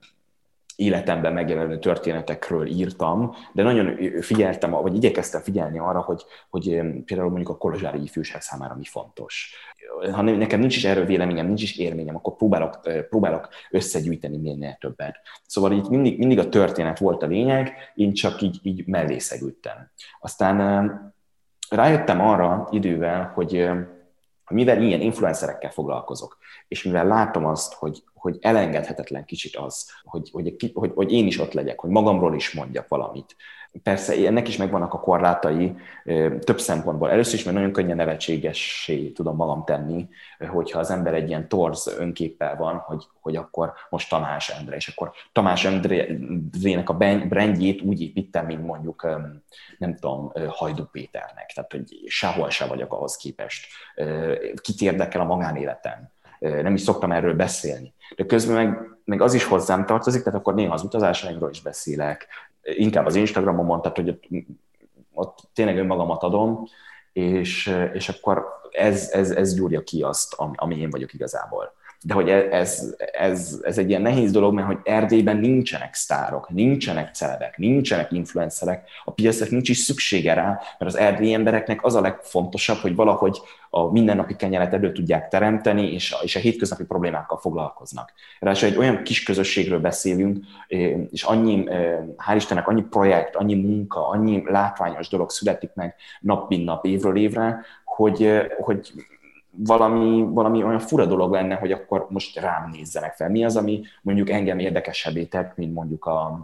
Speaker 1: életemben megjelenő történetekről írtam, de nagyon figyeltem, vagy igyekeztem figyelni arra, hogy, hogy például mondjuk a kolozsvári ifjúság számára mi fontos. Ha nekem nincs is erről véleményem, nincs is élményem, akkor próbálok, próbálok összegyűjteni minél többet. Szóval így mindig, mindig a történet volt a lényeg, én csak így, így mellé szegültem. Aztán rájöttem arra idővel, hogy mivel ilyen influencerekkel foglalkozok, és mivel látom azt, hogy, hogy elengedhetetlen kicsit az, hogy, hogy, hogy, hogy én is ott legyek, hogy magamról is mondjak valamit. Persze ennek is megvannak a korlátai több szempontból. Először is, mert nagyon könnyen nevetségessé tudom magam tenni, hogyha az ember egy ilyen torz önképpel van, hogy, hogy akkor most Tamás Endre, és akkor Tamás Endrének a brandjét úgy építem, mint mondjuk, nem tudom, Hajdú Péternek. Tehát, hogy sehol se vagyok ahhoz képest. Kit érdekel a magánéletem. Nem is szoktam erről beszélni. De közben meg, meg az is hozzám tartozik, tehát akkor néha az utazásaimról is beszélek, inkább az Instagramon mondtad, hogy ott, ott tényleg önmagamat adom, és, és akkor ez, ez, ez gyúrja ki azt, ami én vagyok igazából. De hogy ez, ez, ez egy ilyen nehéz dolog, mert hogy Erdélyben nincsenek sztárok, nincsenek celebek, nincsenek influencerek, a piacnak nincs is szüksége rá, mert az erdélyi embereknek az a legfontosabb, hogy valahogy a mindennapi kenyeret elő tudják teremteni, és a, és a hétköznapi problémákkal foglalkoznak. Ráadásul egy olyan kis közösségről beszélünk, és annyi, hál' Istennek, annyi projekt, annyi munka, annyi látványos dolog születik meg nap mint nap, évről évre, hogy, hogy Valami, valami olyan fura dolog lenne, hogy akkor most rám nézzenek fel. Mi az, ami mondjuk engem érdekesebbé tett, mint mondjuk a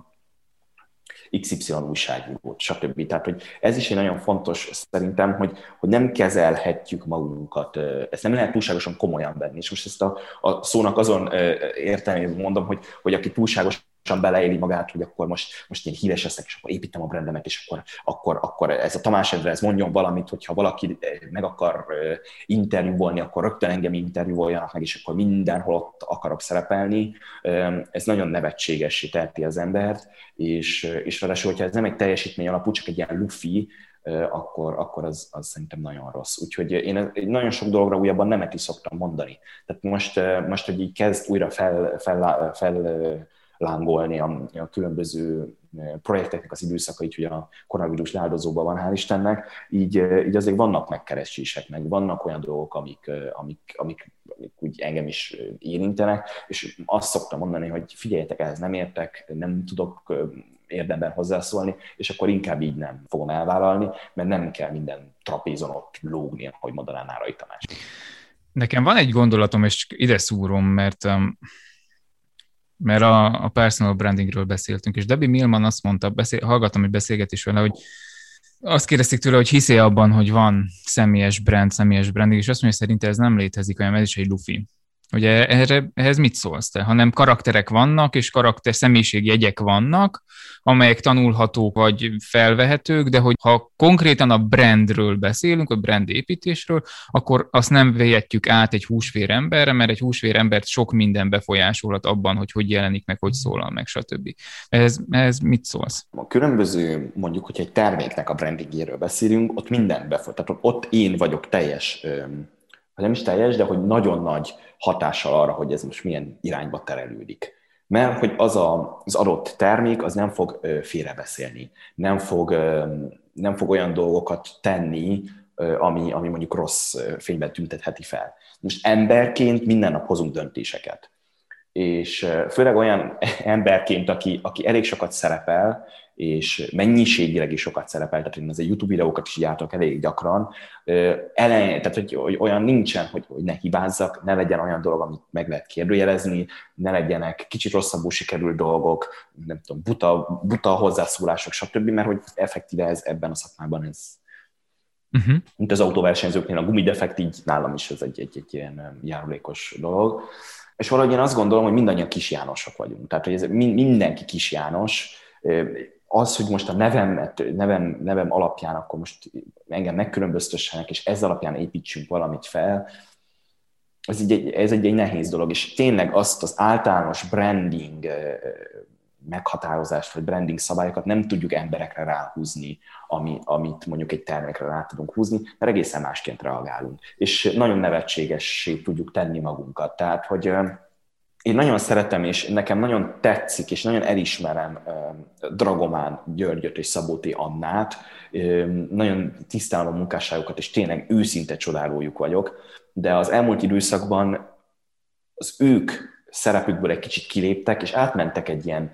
Speaker 1: iksz ipszilon újságírót, stb. Tehát, hogy ez is egy nagyon fontos szerintem, hogy, hogy nem kezelhetjük magunkat, ezt nem lehet túlságosan komolyan venni. És most ezt a, a szónak azon értelmében mondom, hogy, hogy aki túlságosan beleéli magát, hogy akkor most, most én híres leszek, és akkor építem a brandemet, és akkor, akkor, akkor ez a Tamás Endre, ez mondjon valamit, hogyha valaki meg akar interjúvolni, akkor rögtön engem interjúvoljanak meg, és akkor mindenhol ott akarok szerepelni. Ez nagyon nevetségessé teheti az embert, és, és ráadásul, hogyha ez nem egy teljesítmény alapú, csak egy ilyen lufi, akkor, akkor az, az szerintem nagyon rossz. Úgyhogy én nagyon sok dologra újabban nemet is szoktam mondani. Tehát most, most hogy így kezd újra fel, fel, fel lángolni a, a különböző projekteknek az időszaka, így, hogy a koronavírus leáldozóban van, hál' Istennek, így, így azért vannak megkeresések, meg vannak olyan dolgok, amik, amik, amik, amik úgy engem is érintenek, és azt szoktam mondani, hogy figyeljetek, ehhez nem értek, nem tudok érdemben hozzászólni, és akkor inkább így nem fogom elvállalni, mert nem kell minden trapézon ott lógni, ahogy mondaná Nárai Tamás.
Speaker 2: Nekem van egy gondolatom, és ide szúrom, mert... Um... mert a, a personal brandingről beszéltünk, és Debbie Millman azt mondta, beszél, hallgattam egy beszélgetés vele, hogy azt kérdezték tőle, hogy hiszél abban, hogy van személyes brand, személyes branding, és azt mondja, hogy szerint ez nem létezik, olyan ez is egy lufi. Ugye erre, ehhez mit szólsz te? Hanem karakterek vannak, és karakter személyiségjegyek vannak, amelyek tanulhatók vagy felvehetők, de hogy ha konkrétan a brandről beszélünk, a brand építésről, akkor azt nem vehetjük át egy húsvér emberre, mert egy húsvér embert sok minden befolyásolhat abban, hogy hogy jelenik meg, hogy szólal meg, stb. Ehhez, ehhez mit szólsz?
Speaker 1: A különböző, mondjuk, hogy egy terméknek a brandingéről beszélünk, ott minden befolyásolhat. Tehát ott én vagyok teljes, vagy nem is teljes, de hogy nagyon nagy hatással arra, hogy ez most milyen irányba terelődik. Mert hogy az a, az adott termék az nem fog félrebeszélni, nem fog, nem fog olyan dolgokat tenni, ami, ami mondjuk rossz fényben tüntetheti fel. Most emberként minden nap hozunk döntéseket. És főleg olyan emberként, aki, aki elég sokat szerepel, és mennyiségileg is sokat szerepel, tehát én az egy YouTube videókat is gyártok elég gyakran, elején, tehát hogy, hogy olyan nincsen, hogy, hogy ne hibázzak, ne legyen olyan dolog, amit meg lehet kérdőjelezni, ne legyenek kicsit rosszabbul sikerült dolgok, nem tudom, buta, buta hozzászólások, stb., mert hogy effektíve ez ebben a szakmában ez, uh-huh. mint az autóversenyzőknél a gumidefekt, így nálam is ez egy, egy, egy ilyen járulékos dolog. És valahogy én azt gondolom, hogy mindannyian Kis Jánosok vagyunk, tehát hogy ez mindenki Kis János. az, hogy most a nevemet, nevem, nevem alapján akkor most engem megkülönböztessenek, és ez alapján építsünk valamit fel, ez egy, ez egy, egy nehéz dolog, és tényleg azt az általános branding meghatározást, vagy branding szabályokat nem tudjuk emberekre ráhúzni, ami, amit mondjuk egy termékre rá tudunk húzni, mert egészen másként reagálunk. És nagyon nevetségessé tudjuk tenni magunkat. Tehát, hogy én nagyon szeretem, és nekem nagyon tetszik, és nagyon elismerem Dragomán Györgyöt és Szabó T. Annát, nagyon tisztelem a munkásságokat, és tényleg őszinte csodálójuk vagyok, de az elmúlt időszakban az ők szerepükből egy kicsit kiléptek, és átmentek egy ilyen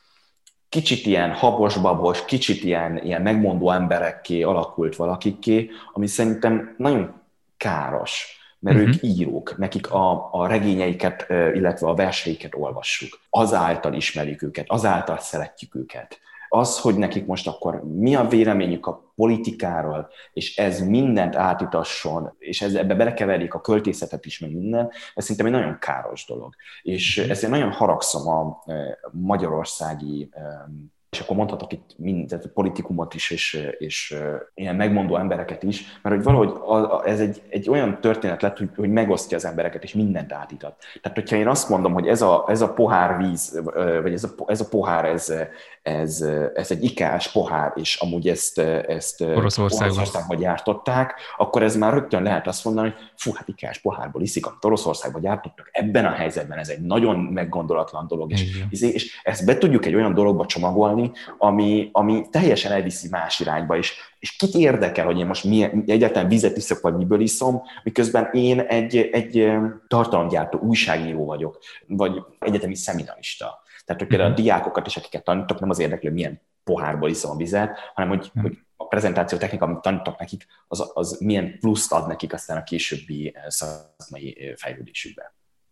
Speaker 1: kicsit ilyen habos-babos, kicsit ilyen, ilyen megmondó emberekké alakult valakikké, ami szerintem nagyon káros, mert uh-huh. ők írók, nekik a, a regényeiket, illetve a verseiket olvassuk. Azáltal ismerjük őket, azáltal szeretjük őket. Az, hogy nekik most akkor mi a véleményük a politikáról, és ez mindent átítasson, és ez, ebbe belekeverik a költészetet is, meg minden, ez szerintem egy nagyon káros dolog. És ezért nagyon haragszom a magyarországi, és akkor mondhatok itt mindent, politikumot is, és, és ilyen megmondó embereket is, mert hogy valahogy ez egy, egy olyan történet lett, hogy, hogy megosztja az embereket, és mindent átítat. Tehát, hogyha én azt mondom, hogy ez a, ez a pohár víz, vagy ez a, ez a pohár, ez, ez, ez egy ikás pohár, és amúgy ezt, ezt Oroszországban gyártották, akkor ez már rögtön lehet azt mondani, hogy fú, hát ikás pohárból iszik, amit Oroszországban gyártottak. Ebben a helyzetben ez egy nagyon meggondolatlan dolog, és, és ezt be tudjuk egy olyan dologba csomagolni, Ami, ami teljesen elviszi más irányba, és, és kit érdekel, hogy én most milyen, egyáltalán vizet iszok, vagy miből iszom, miközben én egy, egy tartalomgyártó újságíró vagyok, vagy egyetemi szeminarista. Tehát, hogy például a diákokat is, akiket tanítok, nem az érdekli, hogy milyen pohárból iszom a vizet, hanem hogy, hogy a prezentáció technika, amit tanítok nekik, az, az milyen pluszt ad nekik aztán a későbbi szakmai fejlődésükben.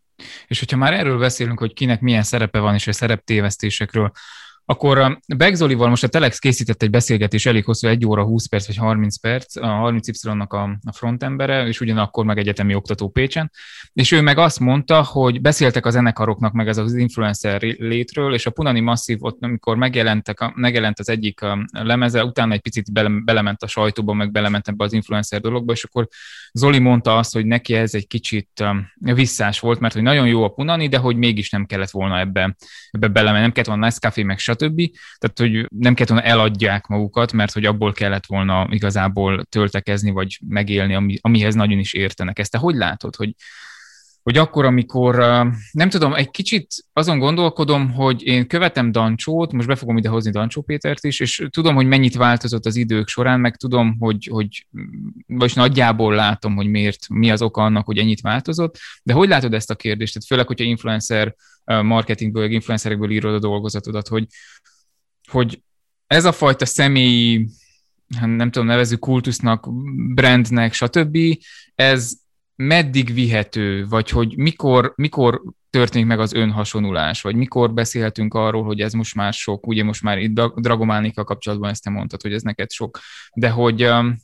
Speaker 2: És hogyha már erről beszélünk, hogy kinek milyen szerepe van, és a szereptévesztésekről, akkor Beck Zolival most a Telex készített egy beszélgetés, elég hosszú, egy óra, húsz perc vagy harminc perc, a harminc Y-nak a, a frontembere, és ugyanakkor meg egyetemi oktató Pécsen, és ő meg azt mondta, hogy beszéltek a zenekaroknak meg ez az influencer létről, és a Punani Massive ott, amikor megjelentek, megjelent az egyik lemeze, utána egy picit bele, belement a sajtóba, meg belement ebbe az influencer dologba, és akkor Zoli mondta azt, hogy neki ez egy kicsit visszás volt, mert hogy nagyon jó a Punani, de hogy mégis nem kellett volna ebbe, ebbe belemenni, nem kellett volna Nescafé, meg stb. Tehát, hogy nem kellett volna eladják magukat, mert hogy abból kellett volna igazából töltekezni, vagy megélni, ami, amihez nagyon is értenek. Ezt te hogy látod, hogy, hogy akkor, amikor, nem tudom, egy kicsit azon gondolkodom, hogy én követem Dancsót, most be fogom ide hozni Dancsó Pétert is, és tudom, hogy mennyit változott az idők során, meg tudom, hogy, hogy vagy nagyjából látom, hogy miért, mi az oka annak, hogy ennyit változott, de hogy látod ezt a kérdést? Tehát főleg, hogyha influencer marketingből, influencerekből írod a dolgozatodat, hogy, hogy ez a fajta személyi, nem tudom, nevezzük kultusznak, brandnek, stb., ez meddig vihető, vagy hogy mikor, mikor történik meg az önhasonulás, vagy mikor beszélhetünk arról, hogy ez most már sok, ugye most már itt Dragománikkal kapcsolatban ezt te mondtad, hogy ez neked sok, de hogy um,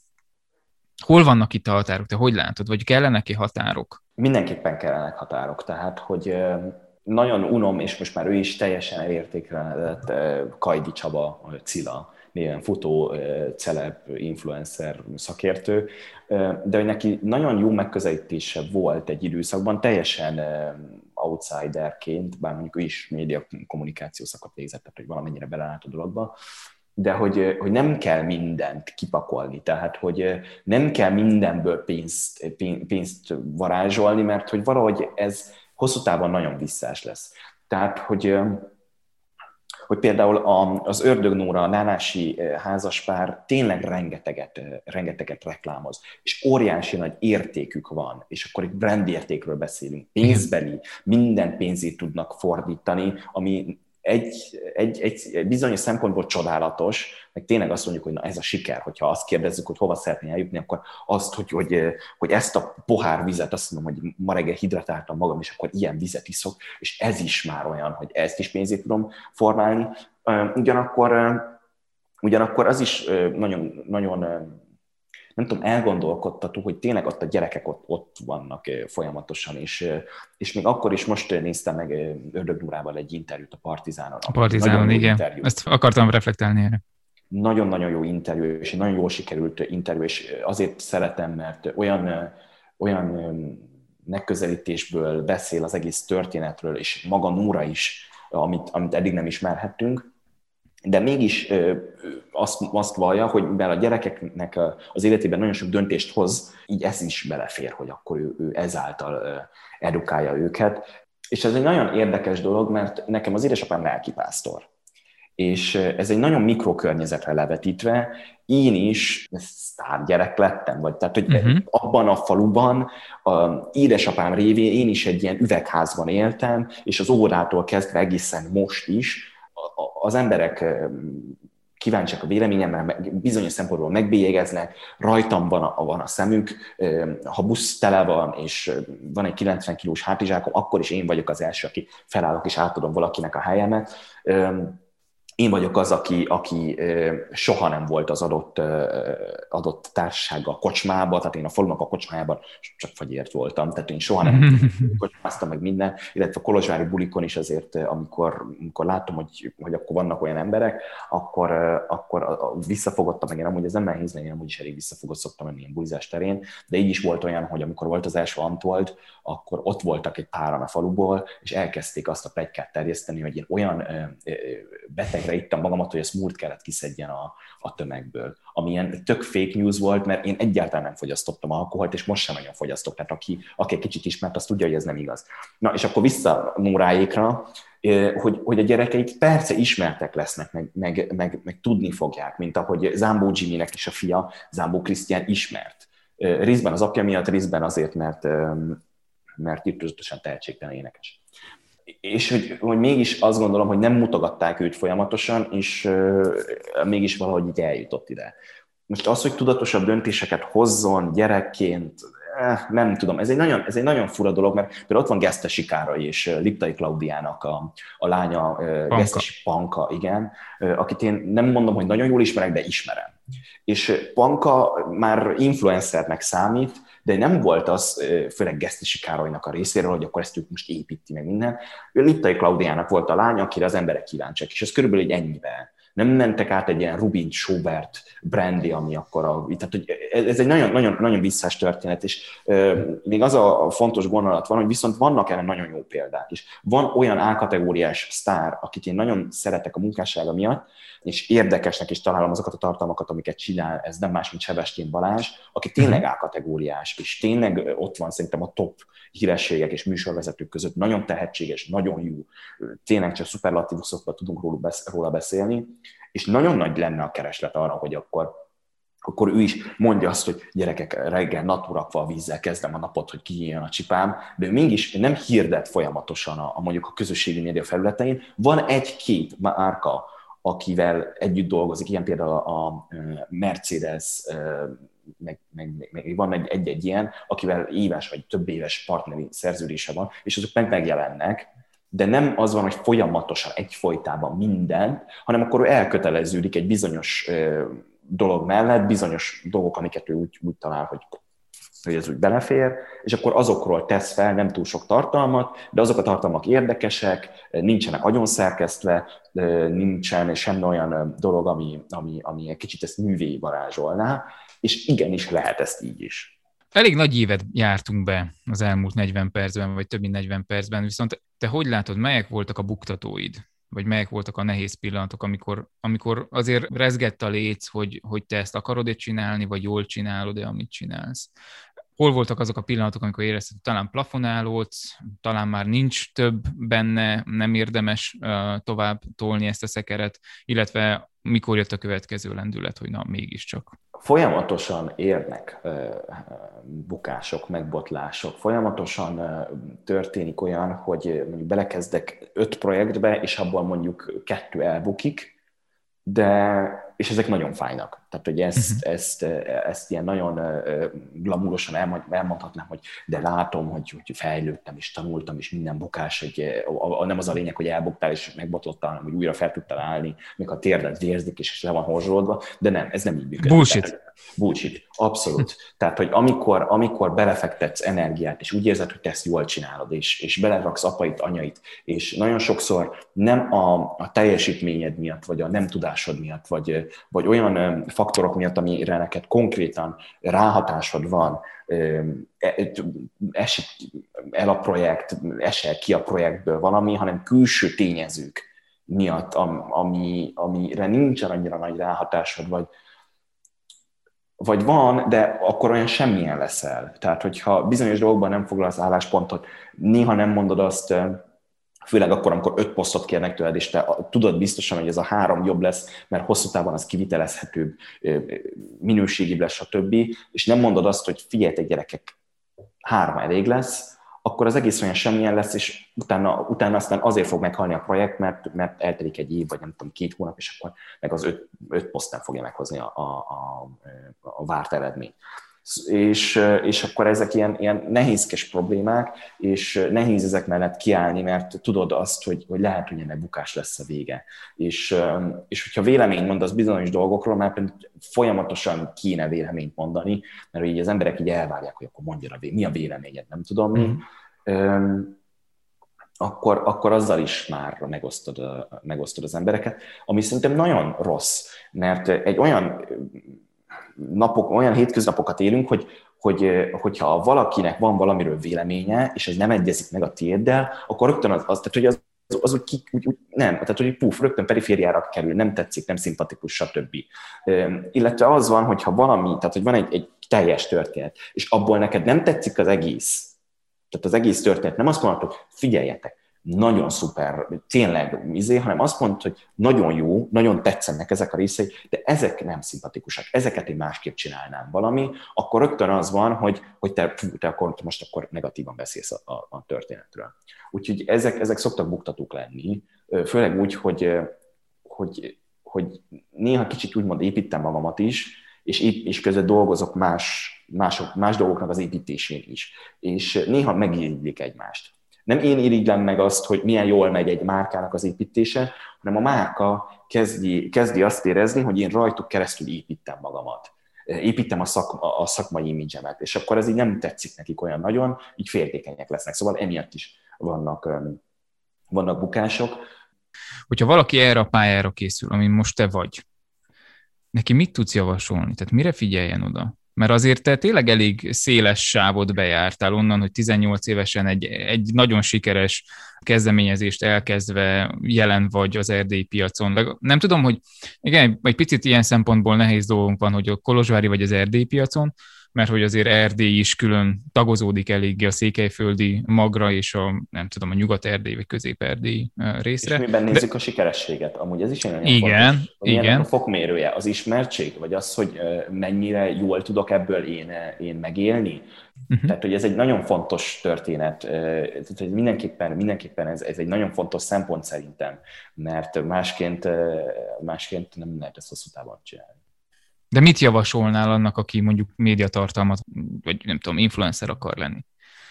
Speaker 2: hol vannak itt a határok, te hogy látod, vagy kellenek-e határok?
Speaker 1: Mindenképpen kellenek határok, tehát, hogy nagyon unom, és most már ő is teljesen elértéktelenedett, Kajdi Csaba Cilla, néven futó, celeb, influencer szakértő, de hogy neki nagyon jó megközelítése volt egy időszakban, teljesen outsiderként, bár mondjuk ő is média kommunikáció szakot végzett, tehát hogy valamennyire belelát a dologba, de hogy, hogy nem kell mindent kipakolni, tehát hogy nem kell mindenből pénzt, pénzt varázsolni, mert hogy valahogy ez hosszú távon nagyon visszás lesz. Tehát, hogy, hogy például az Ördög Nóra, a nánási házaspár tényleg rengeteget, rengeteget reklámoz, és óriási nagy értékük van, és akkor egy brand értékről beszélünk, pénzbeli, minden pénzét tudnak fordítani, ami Egy, egy, egy bizonyos szempontból csodálatos, meg tényleg azt mondjuk, hogy na ez a siker, hogyha azt kérdezzük, hogy hova szeretnél eljutni, akkor azt, hogy, hogy, hogy ezt a pohár vizet, azt mondom, hogy ma reggel hidratáltam magam, és akkor ilyen vizet iszok, és ez is már olyan, hogy ezt is pénzét tudom formálni. Ugyanakkor, ugyanakkor az is nagyon, nagyon nem tudom, elgondolkodtató, hogy tényleg ott a gyerekek ott, ott vannak folyamatosan, és, és még akkor is most néztem meg Ördög Nórával egy interjút a Partizánon.
Speaker 2: A Partizánon, igen. Interjú. Ezt akartam reflektálni erre.
Speaker 1: Nagyon-nagyon jó interjú, és egy nagyon jól sikerült interjú, és azért szeretem, mert olyan, olyan megközelítésből beszél az egész történetről, és maga Nóra is, amit, amit eddig nem ismerhettünk, de mégis azt, azt vallja, hogy mivel a gyerekeknek az életében nagyon sok döntést hoz, így ez is belefér, hogy akkor ő, ő ezáltal edukálja őket. És ez egy nagyon érdekes dolog, mert nekem az édesapám lelkipásztor. És ez egy nagyon mikrokörnyezetre levetítve, én is sztárgyerek lettem, vagy tehát, hogy uh-huh. abban a faluban a édesapám révén én is egy ilyen üvegházban éltem, és az órától kezdve egészen most is az emberek kíváncsiak a véleményemre, bizonyos szempontból megbélyegeznek, rajtam van a, van a szemük, ha busz tele van, és van egy kilencven kilós hátizsákom, akkor is én vagyok az első, aki felállok, és átadom valakinek a helyemet. Én vagyok az, aki, aki soha nem volt az adott, adott társasággal kocsmába, tehát én a falunak a kocsmájában csak fagyért voltam, tehát én soha nem kocsmáztam meg minden, illetve a kolozsvári bulikon is azért, amikor, amikor látom, hogy, hogy akkor vannak olyan emberek, akkor, akkor visszafogottam, meg én amúgy az nem nehéz, én amúgy is elég visszafogott szoktam menni ilyen bulizás terén, de így is volt olyan, hogy amikor volt az első Antold, akkor ott voltak egy páran a faluból, és elkezdték azt a pletykát terjeszteni, hogy én olyan betegre ittam magamat, hogy ezt múlt kellett kiszedjen a, a tömegből. Ami ilyen tök fake news volt, mert én egyáltalán nem fogyasztottam alkoholt, és most sem nagyon fogyasztok. Tehát aki, aki egy kicsit ismert, azt tudja, hogy ez nem igaz. Na, és akkor vissza Nóráékra, hogy, hogy a gyerekeik persze ismertek lesznek, meg, meg, meg, meg tudni fogják, mint ahogy Zámbó Jimmynek is a fia, Zámbó Krisztián ismert. Részben az apja miatt, részben azért, mert, mert írtózatosan tehetségtelen énekes. És hogy, hogy mégis azt gondolom, hogy nem mutogatták őt folyamatosan, és uh, mégis valahogy így eljutott ide. Most az, hogy tudatosabb döntéseket hozzon gyerekként, eh, nem tudom, ez egy, nagyon, ez egy nagyon fura dolog, mert például ott van Gesztesi Károly és Liptai Klaudiának a, a lánya, uh, Gesztesi Panka, igen, uh, akit én nem mondom, hogy nagyon jól ismerek, de ismerem. És Panka már influencernek számít, de nem volt az, főleg Gesztesi Károlynak a részéről, hogy akkor ezt ők most építi meg minden. Ő Liptai Klaudiának volt a lánya, akire az emberek kíváncsiak, és ez körülbelül egy ennyibe. Nem mentek át egy ilyen Rubin Schubert brandy, ami akkor a... Tehát, hogy ez egy nagyon, nagyon, nagyon visszás történet, és euh, még az a fontos gondolat van, hogy viszont vannak erre nagyon jó példák is. Van olyan A-kategóriás sztár, akit én nagyon szeretek a munkássága miatt, és érdekesnek is találom azokat a tartalmakat, amiket csinál, ez nem más, mint Sebestyén Balázs, aki tényleg A-kategóriás, és tényleg ott van szerintem a top hírességek és műsorvezetők között, nagyon tehetséges, nagyon jó, tényleg csak szuperlatívuszokkal tudunk róla beszélni, és nagyon nagy lenne a kereslet arra, hogy akkor, akkor ő is mondja azt, hogy gyerekek, reggel naturakva a vízzel kezdem a napot, hogy kinyíljon a csipám, de ő mégis nem hirdet folyamatosan a, a mondjuk a közösségi média felületein. Van egy-két márka, akivel együtt dolgozik, ilyen például a Mercedes, meg, meg, meg van egy-egy ilyen, akivel éves vagy több éves partneri szerződése van, és azok meg megjelennek, de nem az van, hogy folyamatosan egyfolytában minden, hanem akkor ő elköteleződik egy bizonyos dolog mellett, bizonyos dolgok, amiket ő úgy, úgy talál, hogy, hogy ez úgy belefér, és akkor azokról tesz fel nem túl sok tartalmat, de azok a tartalmak érdekesek, nincsenek agyonszerkesztve, nincsen semmi olyan dolog, ami, ami, ami egy kicsit ezt művé varázsolná, és igenis lehet ezt így is.
Speaker 2: Elég nagy évet jártunk be az elmúlt negyven percben, vagy több mint negyven percben, viszont te hogy látod, melyek voltak a buktatóid? Vagy melyek voltak a nehéz pillanatok, amikor, amikor azért rezgett a léc, hogy, hogy te ezt akarod-e csinálni, vagy jól csinálod-e, amit csinálsz? Hol voltak azok a pillanatok, amikor érezted, hogy talán plafonálódsz, talán már nincs több benne, nem érdemes uh, tovább tolni ezt a szekeret, illetve mikor jött a következő lendület, hogy na, mégiscsak?
Speaker 1: Folyamatosan érnek uh, bukások, megbotlások. Folyamatosan uh, történik olyan, hogy mondjuk belekezdek öt projektbe, és abból mondjuk kettő elbukik, de, és ezek nagyon fájnak. Tehát, hogy ezt, ezt, ezt ilyen nagyon glamúrosan elmondhatnám, hogy de látom, hogy, hogy fejlődtem, és tanultam, és minden bukás, hogy nem az a lényeg, hogy elbuktál, és megbotlottál, hanem hogy újra fel tudtál állni, még a térdet vérzik, és le van horzsolódva, de nem, ez nem így működik.
Speaker 2: Bullshit.
Speaker 1: Tehát, bullshit, abszolút. Tehát, hogy amikor, amikor belefektetsz energiát, és úgy érzed, hogy te ezt jól csinálod, és, és beleraksz apait, anyait, és nagyon sokszor nem a, a teljesítményed miatt, vagy a nem tudásod miatt, vagy, vagy olyan faktorok miatt, amire neked konkrétan ráhatásod van, esik el a projekt, esel ki a projektből valami, hanem külső tényezők miatt, ami, amire nincsen annyira nagy ráhatásod, vagy Vagy van, de akkor olyan semmilyen leszel. Tehát, hogyha bizonyos dolgokban nem foglalsz álláspontot, néha nem mondod azt, főleg akkor, amikor öt posztot kérnek tőled, és te tudod biztosan, hogy ez a három jobb lesz, mert hosszú távon az kivitelezhetőbb, minőségibb lesz, stb. És nem mondod azt, hogy figyeljetek gyerekek, három elég lesz, akkor az egész olyan semmilyen lesz, és utána, utána aztán azért fog meghalni a projekt, mert, mert eltelik egy év, vagy nem tudom, két hónap, és akkor meg az öt, öt poszt nem fogja meghozni a, a, a, a várt eredményt. És, és akkor ezek ilyen, ilyen nehézkes problémák, és nehéz ezek mellett kiállni, mert tudod azt, hogy, hogy lehet, hogy ennek bukás lesz a vége. És, és hogyha véleményt mondasz bizonyos dolgokról, mert folyamatosan kéne véleményt mondani, mert így az emberek így elvárják, hogy akkor mondja a mi a véleményed, nem tudom mi. Mm. Akkor, akkor azzal is már megosztod, megosztod az embereket, ami szerintem nagyon rossz, mert egy olyan napok, olyan hétköznapokat élünk, hogy, hogy, hogyha valakinek van valamiről véleménye, és ez nem egyezik meg a tiéddel, akkor rögtön az, az tehát hogy az, az úgy, ki, úgy, úgy nem, tehát hogy puf, rögtön perifériára kerül, nem tetszik, nem szimpatikus, stb. Illetve az van, hogyha valami, tehát hogy van egy, egy teljes történet, és abból neked nem tetszik az egész, tehát az egész történet, nem azt mondod, hogy figyeljetek, nagyon szuper, tényleg izé, hanem azt mondta, hogy nagyon jó, nagyon tetszenek ezek a részei, de ezek nem szimpatikusak, ezeket én másképp csinálnám valami, akkor rögtön az van, hogy, hogy te, te akkor, most akkor negatívan beszélsz a, a, a történetről. Úgyhogy ezek, ezek szoktak buktatók lenni, főleg úgy, hogy, hogy, hogy néha kicsit úgymond építem magamat is, és, és közben dolgozok más, mások, más dolgoknak az építésén is, és néha megirigylik egymást. Nem én irigylem meg azt, hogy milyen jól megy egy márkának az építése, hanem a márka kezdi, kezdi azt érezni, hogy én rajtuk keresztül építem magamat. Építem a, szakma, a szakmai imidzsemet, és akkor ez így nem tetszik nekik olyan nagyon, így féltékenyek lesznek. Szóval emiatt is vannak, vannak bukások.
Speaker 2: Hogyha valaki erre a pályára készül, amin most te vagy, neki mit tudsz javasolni? Tehát mire figyeljen oda? Mert azért te tényleg elég széles sávot bejártál onnan, hogy tizennyolc évesen egy, egy nagyon sikeres kezdeményezést elkezdve jelen vagy az erdélyi piacon. Nem tudom, hogy igen, egy picit ilyen szempontból nehéz dolgunk van, hogy a kolozsvári vagy az erdélyi piacon, mert hogy azért Erdély is külön tagozódik eléggé a székelyföldi magra és a, nem tudom, a nyugat-erdély vagy közép-erdély részre.
Speaker 1: És miben nézzük De... a sikerességet? Amúgy ez is nagyon
Speaker 2: igen,
Speaker 1: fontos.
Speaker 2: igen.
Speaker 1: A fokmérője, az ismertség, vagy az, hogy mennyire jól tudok ebből én, én megélni? Uh-huh. Tehát, hogy ez egy nagyon fontos történet. Tehát, hogy mindenképpen, mindenképpen ez, ez egy nagyon fontos szempont szerintem, mert másként, másként nem lehet ezt hosszú távon csinálni.
Speaker 2: De mit javasolnál annak, aki mondjuk médiatartalmat, vagy nem tudom, influencer akar lenni?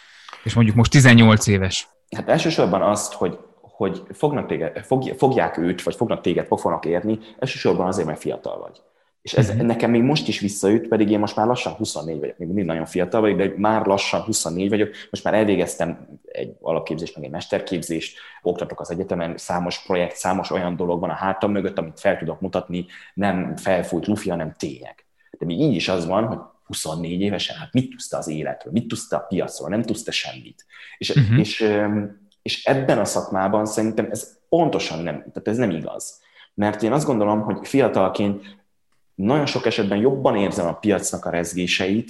Speaker 2: És mondjuk most tizennyolc éves.
Speaker 1: Hát elsősorban azt, hogy, hogy fognak téged, fog, fogják őt, vagy fognak téged pofonak érni, elsősorban azért, mert fiatal vagy. És ez uh-huh. nekem még most is visszaüt, pedig én most már lassan huszonnégy vagyok, még mindig nagyon fiatal vagyok, de már lassan huszonnégy vagyok, most már elvégeztem egy alapképzést, meg egy mesterképzést, oktatok az egyetemen, számos projekt, számos olyan dolog van a hátam mögött, amit fel tudok mutatni, nem felfújt lufi, hanem tények. De még így is az van, hogy huszonnégy évesen, hát mit tudsz te az életről, mit tudsz te a piacról, nem tudsz te semmit. És, uh-huh. és, és ebben a szakmában szerintem ez pontosan nem, tehát ez nem igaz. Mert én azt gondolom, hogy fiatalként nagyon sok esetben jobban érzem a piacnak a rezgéseit,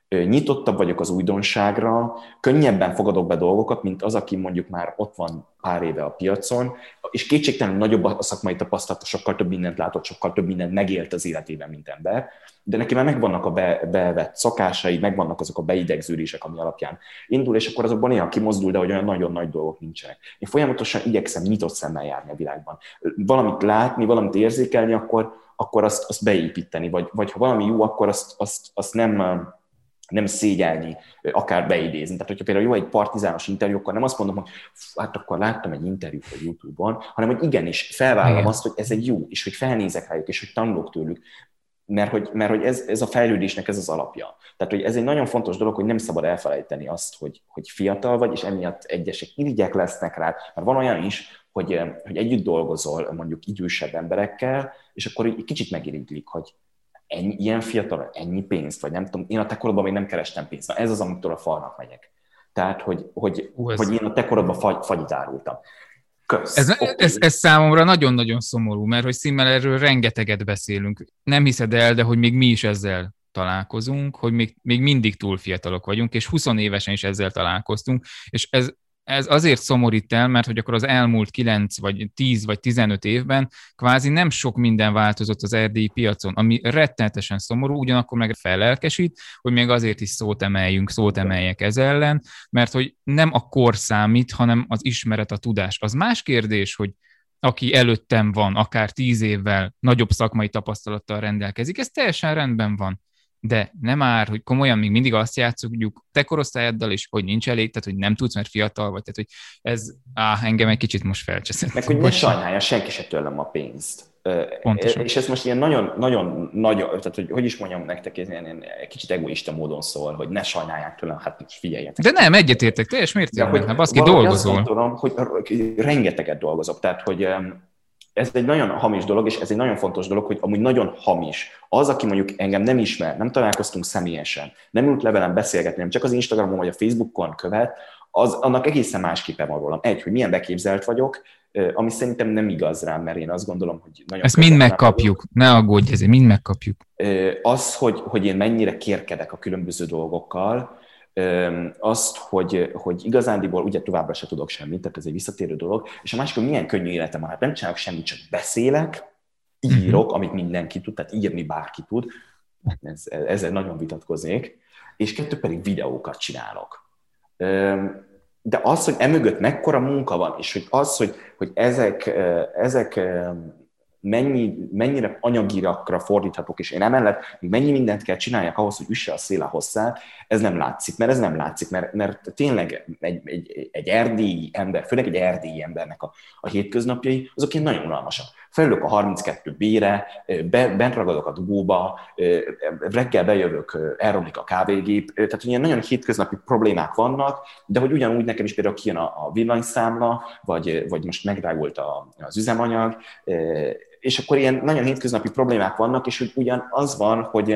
Speaker 1: nyitottabb vagyok az újdonságra, könnyebben fogadok be dolgokat, mint az, aki mondjuk már ott van pár éve a piacon, és kétségtelenül nagyobb a szakmai tapasztalata, sokkal több mindent látott, sokkal több mindent megélt az életében, mint ember, de neki már megvannak a be, bevett szokásai, megvannak azok a beidegződések, ami alapján indul, és akkor azokban néha kimozdul, de hogy olyan nagyon nagy dolgok nincsenek. Én folyamatosan igyekszem nyitott szemmel járni a világban. Valamit látni, valamit érzékelni, akkor, akkor azt, azt beépíteni, vagy, vagy ha valami jó, akkor azt, azt, azt nem... nem szégyelni, akár beidézni. Tehát, hogyha például jó egy partizános interjú, akkor nem azt mondom, hogy hát akkor láttam egy interjút a YouTube-on, hanem hogy igenis felvállalom azt, hogy ez egy jó, és hogy felnézek rájuk, és hogy tanulok tőlük, mert hogy, mert hogy ez, ez a fejlődésnek ez az alapja. Tehát, hogy ez egy nagyon fontos dolog, hogy nem szabad elfelejteni azt, hogy, hogy fiatal vagy, és emiatt egyesek irigyek lesznek rád, mert van olyan is, hogy, hogy együtt dolgozol mondjuk idősebb emberekkel, és akkor egy kicsit megirigylik, hogy ennyi, ilyen fiatal, ennyi pénzt, vagy nem tudom, én a te korodban még nem kerestem pénzt. Na ez az, amitől a falnak megyek. Tehát, hogy, hogy, uh, hogy én a te korodban fagy, fagyit árultam. Kösz.
Speaker 2: Ez, okay. ez, ez számomra nagyon-nagyon szomorú, mert hogy Szimmel erről rengeteget beszélünk. Nem hiszed el, de hogy még mi is ezzel találkozunk, hogy még, még mindig túl fiatalok vagyunk, és húsz évesen is ezzel találkoztunk, és ez Ez azért szomorít el, mert hogy akkor az elmúlt kilenc, vagy tíz, vagy tizenöt évben kvázi nem sok minden változott az erdélyi piacon, ami rettenetesen szomorú, ugyanakkor meg fellelkesít, hogy még azért is szót emeljünk, szót emeljek ez ellen, mert hogy nem a kor számít, hanem az ismeret, a tudás. Az más kérdés, hogy aki előttem van, akár tíz évvel nagyobb szakmai tapasztalattal rendelkezik, ez teljesen rendben van. De nem ár, hogy komolyan még mindig azt játszunk te korosztályaddal is, hogy nincs elég, tehát hogy nem tudsz, mert fiatal vagy, tehát hogy ez á, engem egy kicsit most felcseszett.
Speaker 1: Meg hogy ne sajnálja senki se tőlem a pénzt. Pontosan. És ez most ilyen nagyon, nagyon nagy, tehát hogy, hogy is mondjam nektek, ez ilyen egy kicsit egoista módon szól, hogy ne sajnálják tőlem, hát figyeljetek.
Speaker 2: De nem, egyetértek, teljes mértékben, hát baszki, dolgozol.
Speaker 1: Azt gondolom, hogy rengeteget dolgozok, tehát hogy ez egy nagyon hamis dolog, és ez egy nagyon fontos dolog, hogy amúgy nagyon hamis. Az, aki mondjuk engem nem ismer, nem találkoztunk személyesen, nem ült le velem beszélgetni, nem csak az Instagramon vagy a Facebookon követ, az, annak egészen másképpen van rólam. Egy, hogy milyen beképzelt vagyok, ami szerintem nem igaz rám, mert én azt gondolom, hogy nagyon...
Speaker 2: Ezt mind megkapjuk, vagyok. Ne aggódj, ezért mind megkapjuk.
Speaker 1: Az, hogy, hogy én mennyire kérkedek a különböző dolgokkal, azt, hogy, hogy igazándiból ugye továbbra se tudok semmit, tehát ez egy visszatérő dolog, és a másik, hogy milyen könnyű életem van, hát nem csinálok semmit, csak beszélek, írok, uh-huh. amit mindenki tud, tehát írni bárki tud, ez, ezzel nagyon vitatkoznék, és kettő pedig videókat csinálok. De az, hogy emögött mekkora munka van, és hogy az, hogy, hogy ezek, ezek mennyi, mennyire anyagirakra fordíthatok, és én emellett még mennyi mindent kell csináljak ahhoz, hogy üsse a szél a hosszát, ez nem látszik, mert ez nem látszik, mert, mert tényleg egy, egy, egy erdélyi ember, főleg egy erdélyi embernek a, a hétköznapjai, azok ilyen nagyon unalmasak. Felülök a harminckettő bé-re, be, bent ragadok a dugóba, reggel bejövök, elromlik a kávégép, tehát ilyen nagyon hétköznapi problémák vannak, de hogy ugyanúgy nekem is például kijön a, a villanyszámla, vagy, vagy most megdrágult a, az üzemanyag, és akkor ilyen nagyon hétköznapi problémák vannak, és hogy ugyan az van, hogy,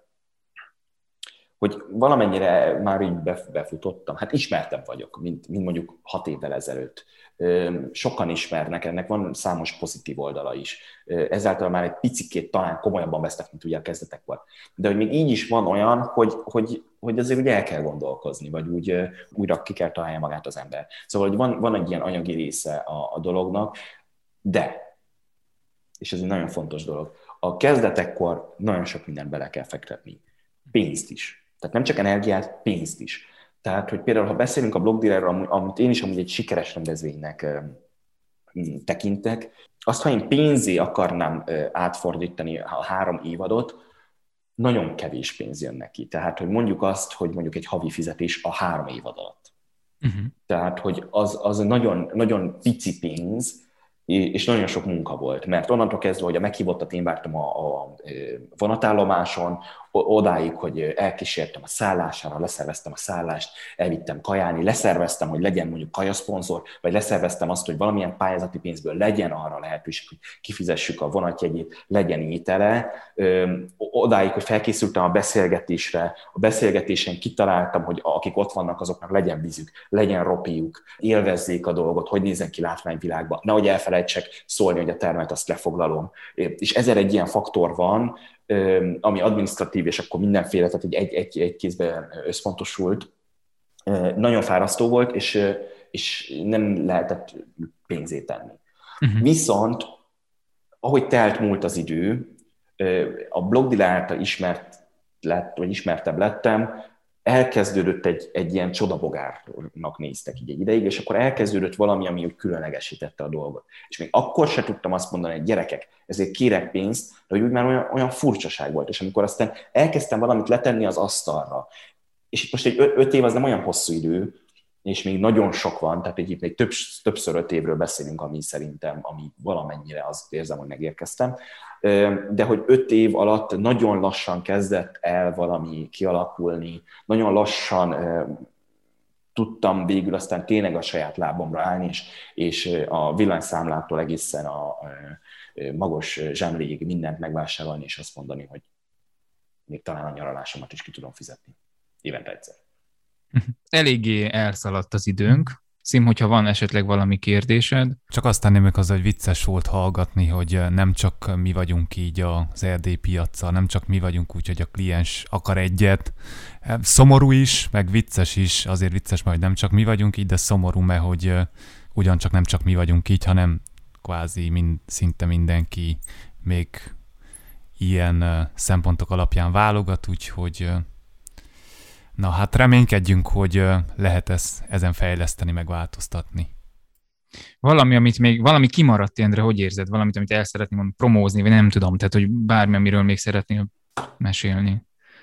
Speaker 1: hogy valamennyire már így befutottam, hát ismertebb vagyok, mint, mint mondjuk hat évvel ezelőtt. Sokan ismernek, ennek van számos pozitív oldala is. Ezáltal már egy picikét talán komolyabban vesztek, mint ugye a kezdetek volt. De hogy még így is van olyan, hogy, hogy, hogy azért úgy el kell gondolkozni, vagy úgy újra ki kell találja magát az ember. Szóval hogy van, van egy ilyen anyagi része a, a dolognak, de, és ez egy nagyon fontos dolog, a kezdetekkor nagyon sok mindent bele kell fektetni. Pénzt is. Tehát nem csak energiát, pénzt is. Tehát, hogy például, ha beszélünk a blogdílerről, amit én is amúgy egy sikeres rendezvénynek tekintek, azt, ha én pénzé akarnám átfordítani a három évadot, nagyon kevés pénz jön neki. Tehát, hogy mondjuk azt, hogy mondjuk egy havi fizetés a három évad alatt. Uh-huh. Tehát, hogy az, az nagyon, nagyon pici pénz, és nagyon sok munka volt, mert onnantól kezdve, hogy a meghívottat én vártam a, a vonatállomáson, odáig, hogy elkísértem a szállására, leszerveztem a szállást, elvittem kajálni, leszerveztem, hogy legyen mondjuk kajaszponzor, vagy leszerveztem azt, hogy valamilyen pályázati pénzből legyen arra lehetőség, hogy kifizessük a vonatjegyét, legyen étele. Odáig, hogy felkészültem a beszélgetésre, a beszélgetésen kitaláltam, hogy akik ott vannak, azoknak legyen vízük, legyen ropiuk, élvezzék a dolgot, hogy nézzen ki látványvilágba, nehogy elfelejtsek szólni, hogy a termet azt lefoglalom. És ezer egy ilyen faktor van, ami adminisztratív, és akkor mindenféle, tehát egy, egy, egy kézben összpontosult. Nagyon fárasztó volt, és, és nem lehetett pénzét tenni. Uh-huh. Viszont, ahogy telt múlt az idő, a blogdealer által ismert lett, vagy ismertebb lettem, elkezdődött egy, egy ilyen csodabogárnak néztek így egy ideig, és akkor elkezdődött valami, ami úgy különlegesítette a dolgot. És még akkor se tudtam azt mondani, hogy gyerekek, ezért kérek pénzt, de hogy úgy már olyan, olyan furcsaság volt. És amikor aztán elkezdtem valamit letenni az asztalra, és itt most egy öt év az nem olyan hosszú idő, és még nagyon sok van, tehát egy, még több, többször öt évről beszélünk, ami szerintem, ami valamennyire azt érzem, hogy megérkeztem, de hogy öt év alatt nagyon lassan kezdett el valami kialakulni, nagyon lassan tudtam végül aztán tényleg a saját lábomra állni, és, és a villanyszámlától egészen a magos zsemléig mindent megvásárolni, és azt mondani, hogy még talán a nyaralásomat is ki tudom fizetni. Évente egyszer.
Speaker 2: Eléggé elszaladt az időnk. Szim, hogyha van esetleg valami kérdésed.
Speaker 4: Csak azt tenném meg az, hogy vicces volt hallgatni, hogy nem csak mi vagyunk így az erdélyi piaccal, nem csak mi vagyunk úgy, hogy a kliens akar egyet. Szomorú is, meg vicces is, azért vicces, mert nem csak mi vagyunk így, de szomorú, mert hogy ugyancsak nem csak mi vagyunk így, hanem kvázi mind, szinte mindenki még ilyen szempontok alapján válogat, úgyhogy na hát reménykedjünk, hogy lehet ezt, ezen fejleszteni, meg változtatni.
Speaker 2: Valami, amit még, valami kimaradt, Endre, hogy érzed? Valamit, amit el szeretnél mondani, promózni, vagy nem tudom, tehát hogy bármi, amiről még szeretnél mesélni.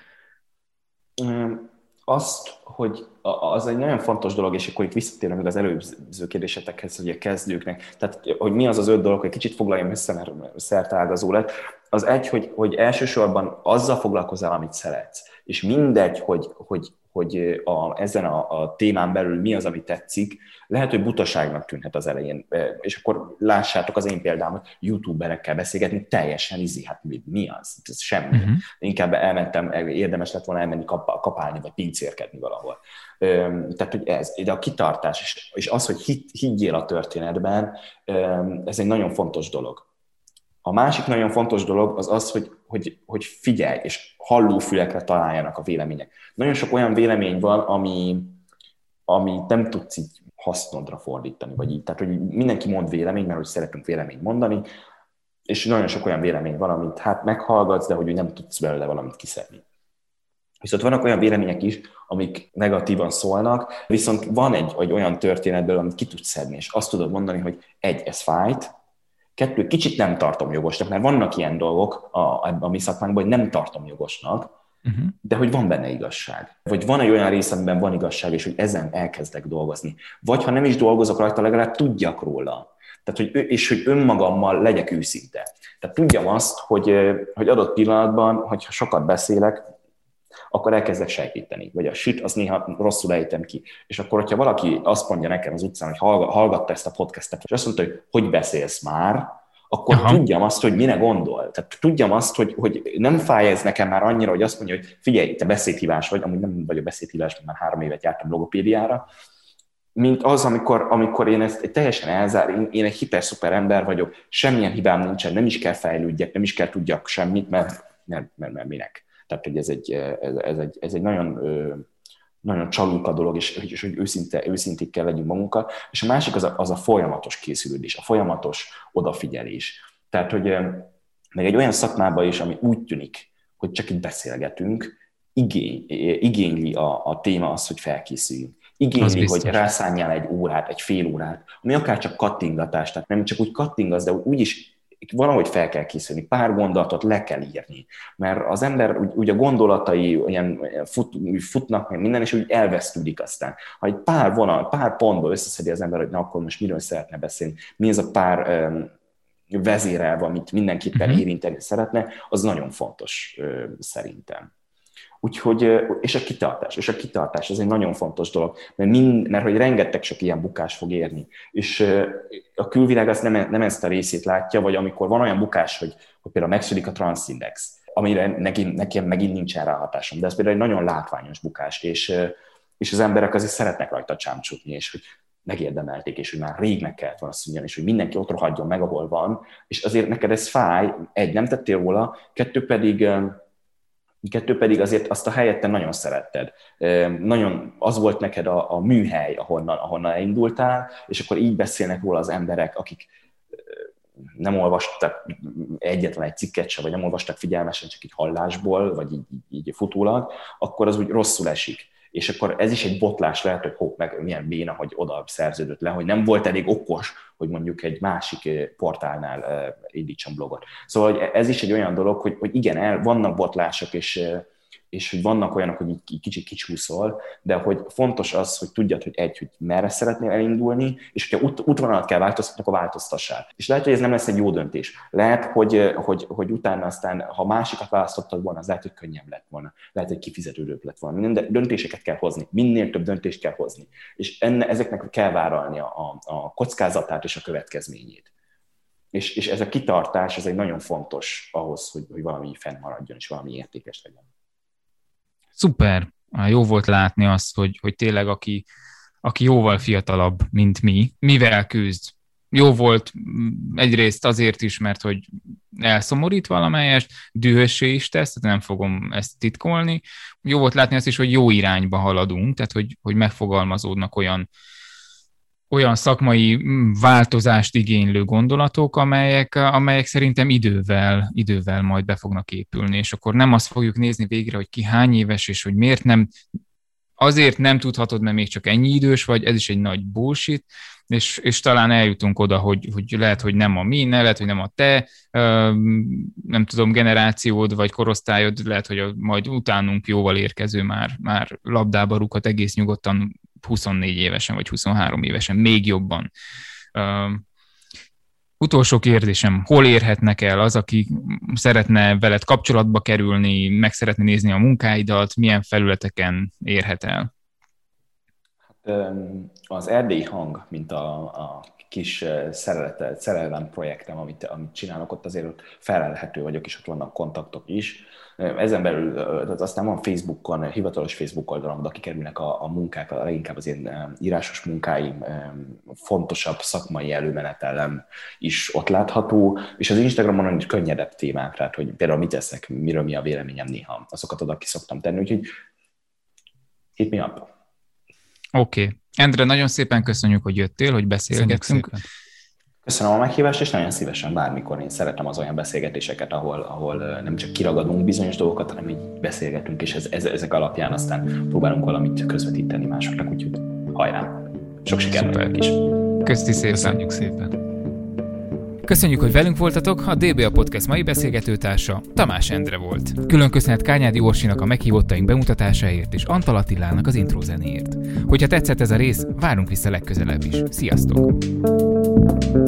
Speaker 1: Azt, hogy az egy nagyon fontos dolog, és akkor itt visszatérünk meg az előző kérdésetekhez, hogy a kezdőknek, tehát hogy mi az az öt dolog, hogy kicsit foglaljam össze, mert szerteágazó lett. Az egy, hogy, hogy elsősorban azzal foglalkozzál, amit szeretsz, és mindegy, hogy, hogy, hogy a, ezen a, a témán belül mi az, ami tetszik, lehet, hogy butaságnak tűnhet az elején, és akkor lássátok az én példámat, youtuberekkel beszélgetni, teljesen izi, hát mi, mi az? Ez semmi. Uh-huh. Inkább elmentem, érdemes lett volna elmenni kap, kapálni, vagy pincérkedni valahol. Tehát, hogy ez, de a kitartás, és, és az, hogy hit, higgyél a történetben, ez egy nagyon fontos dolog. A másik nagyon fontos dolog az az, hogy, hogy, hogy figyelj, és hallófülekre találjanak a vélemények. Nagyon sok olyan vélemény van, ami, ami nem tudsz így hasznodra fordítani, vagy így. Tehát, hogy mindenki mond véleményt, mert hogy szeretünk véleményt mondani, és nagyon sok olyan vélemény van, amit hát meghallgatsz, de hogy nem tudsz belőle valamit kiszedni. Viszont vannak olyan vélemények is, amik negatívan szólnak, viszont van egy, egy olyan történetből, amit ki tudsz szedni, és azt tudod mondani, hogy egy, ez fájt, kettő, kicsit nem tartom jogosnak, mert vannak ilyen dolgok a, a, a mi szakmánkban, hogy nem tartom jogosnak, uh-huh. de hogy van benne igazság. Vagy van egy olyan rész, amiben van igazság, és hogy ezen elkezdek dolgozni. Vagy ha nem is dolgozok rajta, legalább tudjak róla. Tehát, hogy, és hogy önmagammal legyek őszinte. Tehát tudjam azt, hogy, hogy adott pillanatban, hogyha sokat beszélek, akkor elkezdek sejtíteni. Vagy a shit, azt néha rosszul ejtem ki. És akkor, hogyha valaki azt mondja nekem az utcán, hogy hallgatta ezt a podcastet, és azt mondta, hogy hogy beszélsz már, akkor Aha. tudjam azt, hogy mire gondol. Tehát tudjam azt, hogy, hogy nem fáj ez nekem már annyira, hogy azt mondja, hogy figyelj, te beszédhívás vagy, amúgy nem vagyok beszédhívás, mert már három évet jártam logopédiára, mint az, amikor, amikor én ezt teljesen elzár, én, én egy hiper-szuper ember vagyok, semmilyen hibám nincsen, nem is kell fejlődjek, nem is kell tudjak semmit, mert, mert, mert, mert minek. Tehát, hogy ez egy, ez, ez egy, ez egy nagyon, nagyon csalóka dolog, és, és hogy őszinte, őszinték kell legyünk magunkkal. És a másik az a, az a folyamatos készülődés, a folyamatos odafigyelés. Tehát, hogy meg egy olyan szakmában is, ami úgy tűnik, hogy csak itt beszélgetünk, igény, igényli a, a téma az, hogy felkészüljünk. Igényli, hogy rászánjál egy órát, egy fél órát, ami akár csak kattingatás, tehát nem csak úgy kattingasz, de úgy is valahogy fel kell készülni, pár gondolatot le kell írni, mert az ember úgy, úgy a gondolatai olyan fut, futnak, meg minden, és úgy elvesztődik aztán. Ha egy pár vonal, pár pontból összeszedi az ember, hogy na, akkor most miről szeretne beszélni, mi ez a pár um, vezérelv, amit mindenképpen uh-huh. érinteni szeretne, az nagyon fontos uh, szerintem. Úgyhogy, és a kitartás, és a kitartás, ez egy nagyon fontos dolog, mert, mind, mert hogy rengeteg sok ilyen bukás fog érni, és a külvilág azt nem, nem ezt a részét látja, vagy amikor van olyan bukás, hogy, hogy például megszűnik a transindex, amire nekem, nekem megint nincsen rá hatásom, de ez például egy nagyon látványos bukás, és, és az emberek azért szeretnek rajta csámcsutni, és hogy megérdemelték, és hogy már rég meg kellett volna szűnjön, és hogy mindenki ott rohadjon meg, ahol van, és azért neked ez fáj, egy, nem tettél róla, kettő pedig, kettő pedig azért azt a helyet te nagyon szeretted. Nagyon az volt neked a, a műhely, ahonnan, ahonnan elindultál, és akkor így beszélnek róla az emberek, akik nem olvastak egyetlen egy cikket se, vagy nem olvastak figyelmesen, csak így hallásból, vagy így, így, így futólag, akkor az úgy rosszul esik. És akkor ez is egy botlás lehet, hogy hopp, meg milyen béna, hogy oda szerződött le, hogy nem volt elég okos, hogy mondjuk egy másik portálnál indítson blogot. Szóval ez is egy olyan dolog, hogy, hogy igen, el, vannak botlások, és, és hogy vannak olyanok, hogy így kicsit kicsúszol, de hogy fontos az, hogy tudjad, hogy egy, hogy merre szeretnél elindulni, és hogyha út, útvonalat kell változtatni, akkor változtassál. És lehet, hogy ez nem lesz egy jó döntés. Lehet, hogy, hogy, hogy utána aztán, ha másikat választottad volna, az lehet, hogy könnyebb lett volna. Lehet, hogy kifizetődőbb lett volna. Minden döntéseket kell hozni. Minél több döntést kell hozni. És enne, ezeknek kell vállalni a, a kockázatát és a következményét. És, és ez a kitartás, ez egy nagyon fontos ahhoz, hogy, hogy valami fennmaradjon, és valami értékes legyen.
Speaker 2: Szuper! Jó volt látni azt, hogy, hogy tényleg aki, aki jóval fiatalabb, mint mi, mivel küzd. Jó volt egyrészt azért is, mert hogy elszomorít valamelyest, dühössé is tesz, tehát nem fogom ezt titkolni. Jó volt látni azt is, hogy jó irányba haladunk, tehát hogy, hogy megfogalmazódnak olyan olyan szakmai változást igénylő gondolatok, amelyek, amelyek szerintem idővel, idővel majd be fognak épülni, és akkor nem azt fogjuk nézni végre, hogy ki hány éves, és hogy miért nem, azért nem tudhatod, mert még csak ennyi idős vagy, ez is egy nagy bullshit, és, és talán eljutunk oda, hogy, hogy lehet, hogy nem a mi, ne, lehet, hogy nem a te, nem tudom, generációd vagy korosztályod, lehet, hogy a majd utánunk jóval érkező már, már labdába rúghat egész nyugodtan huszonnégy évesen, vagy huszonhárom évesen, még jobban. Uh, utolsó kérdésem, hol érhetnek el az, aki szeretne veled kapcsolatba kerülni, meg szeretne nézni a munkáidat, milyen felületeken érhet el?
Speaker 1: Az Erdélyi Hang, mint a, a kis szerelem projektem, amit, amit csinálok, ott azért ott felelhető vagyok, és ott vannak kontaktok is. Ezen belül aztán van Facebookon, hivatalos Facebook oldalam, de akik kerülnek a, a munkák, a leginkább az én írásos munkáim, fontosabb szakmai előmenetelem is ott látható, és az Instagramon van egy könnyedebb témák, tehát hogy például mit eszek, miről mi a véleményem néha, azokat oda ki szoktam tenni, úgyhogy hit me up.
Speaker 2: Oké. Okay. Endre, nagyon szépen köszönjük, hogy jöttél, hogy beszélgettünk.
Speaker 1: Köszönöm a meghívást, és nagyon szívesen bármikor. Én szeretem az olyan beszélgetéseket, ahol, ahol nem csak kiragadunk bizonyos dolgokat, hanem így beszélgetünk, és ez, ez, ezek alapján aztán próbálunk valamit közvetíteni másoknak, úgyhogy hajrá! Sok sikert nektek is!
Speaker 2: Köszi szépen!
Speaker 4: Köszönjük szépen!
Speaker 2: Köszönjük, hogy velünk voltatok, a dé bé á Podcast mai beszélgetőtársa Tamás Endre volt. Külön köszönet Kányádi Orsinak a meghívottaink bemutatásáért és Antal Attilának az intro zenéért. Hogyha tetszett ez a rész, várunk vissza legközelebb is. Sziasztok!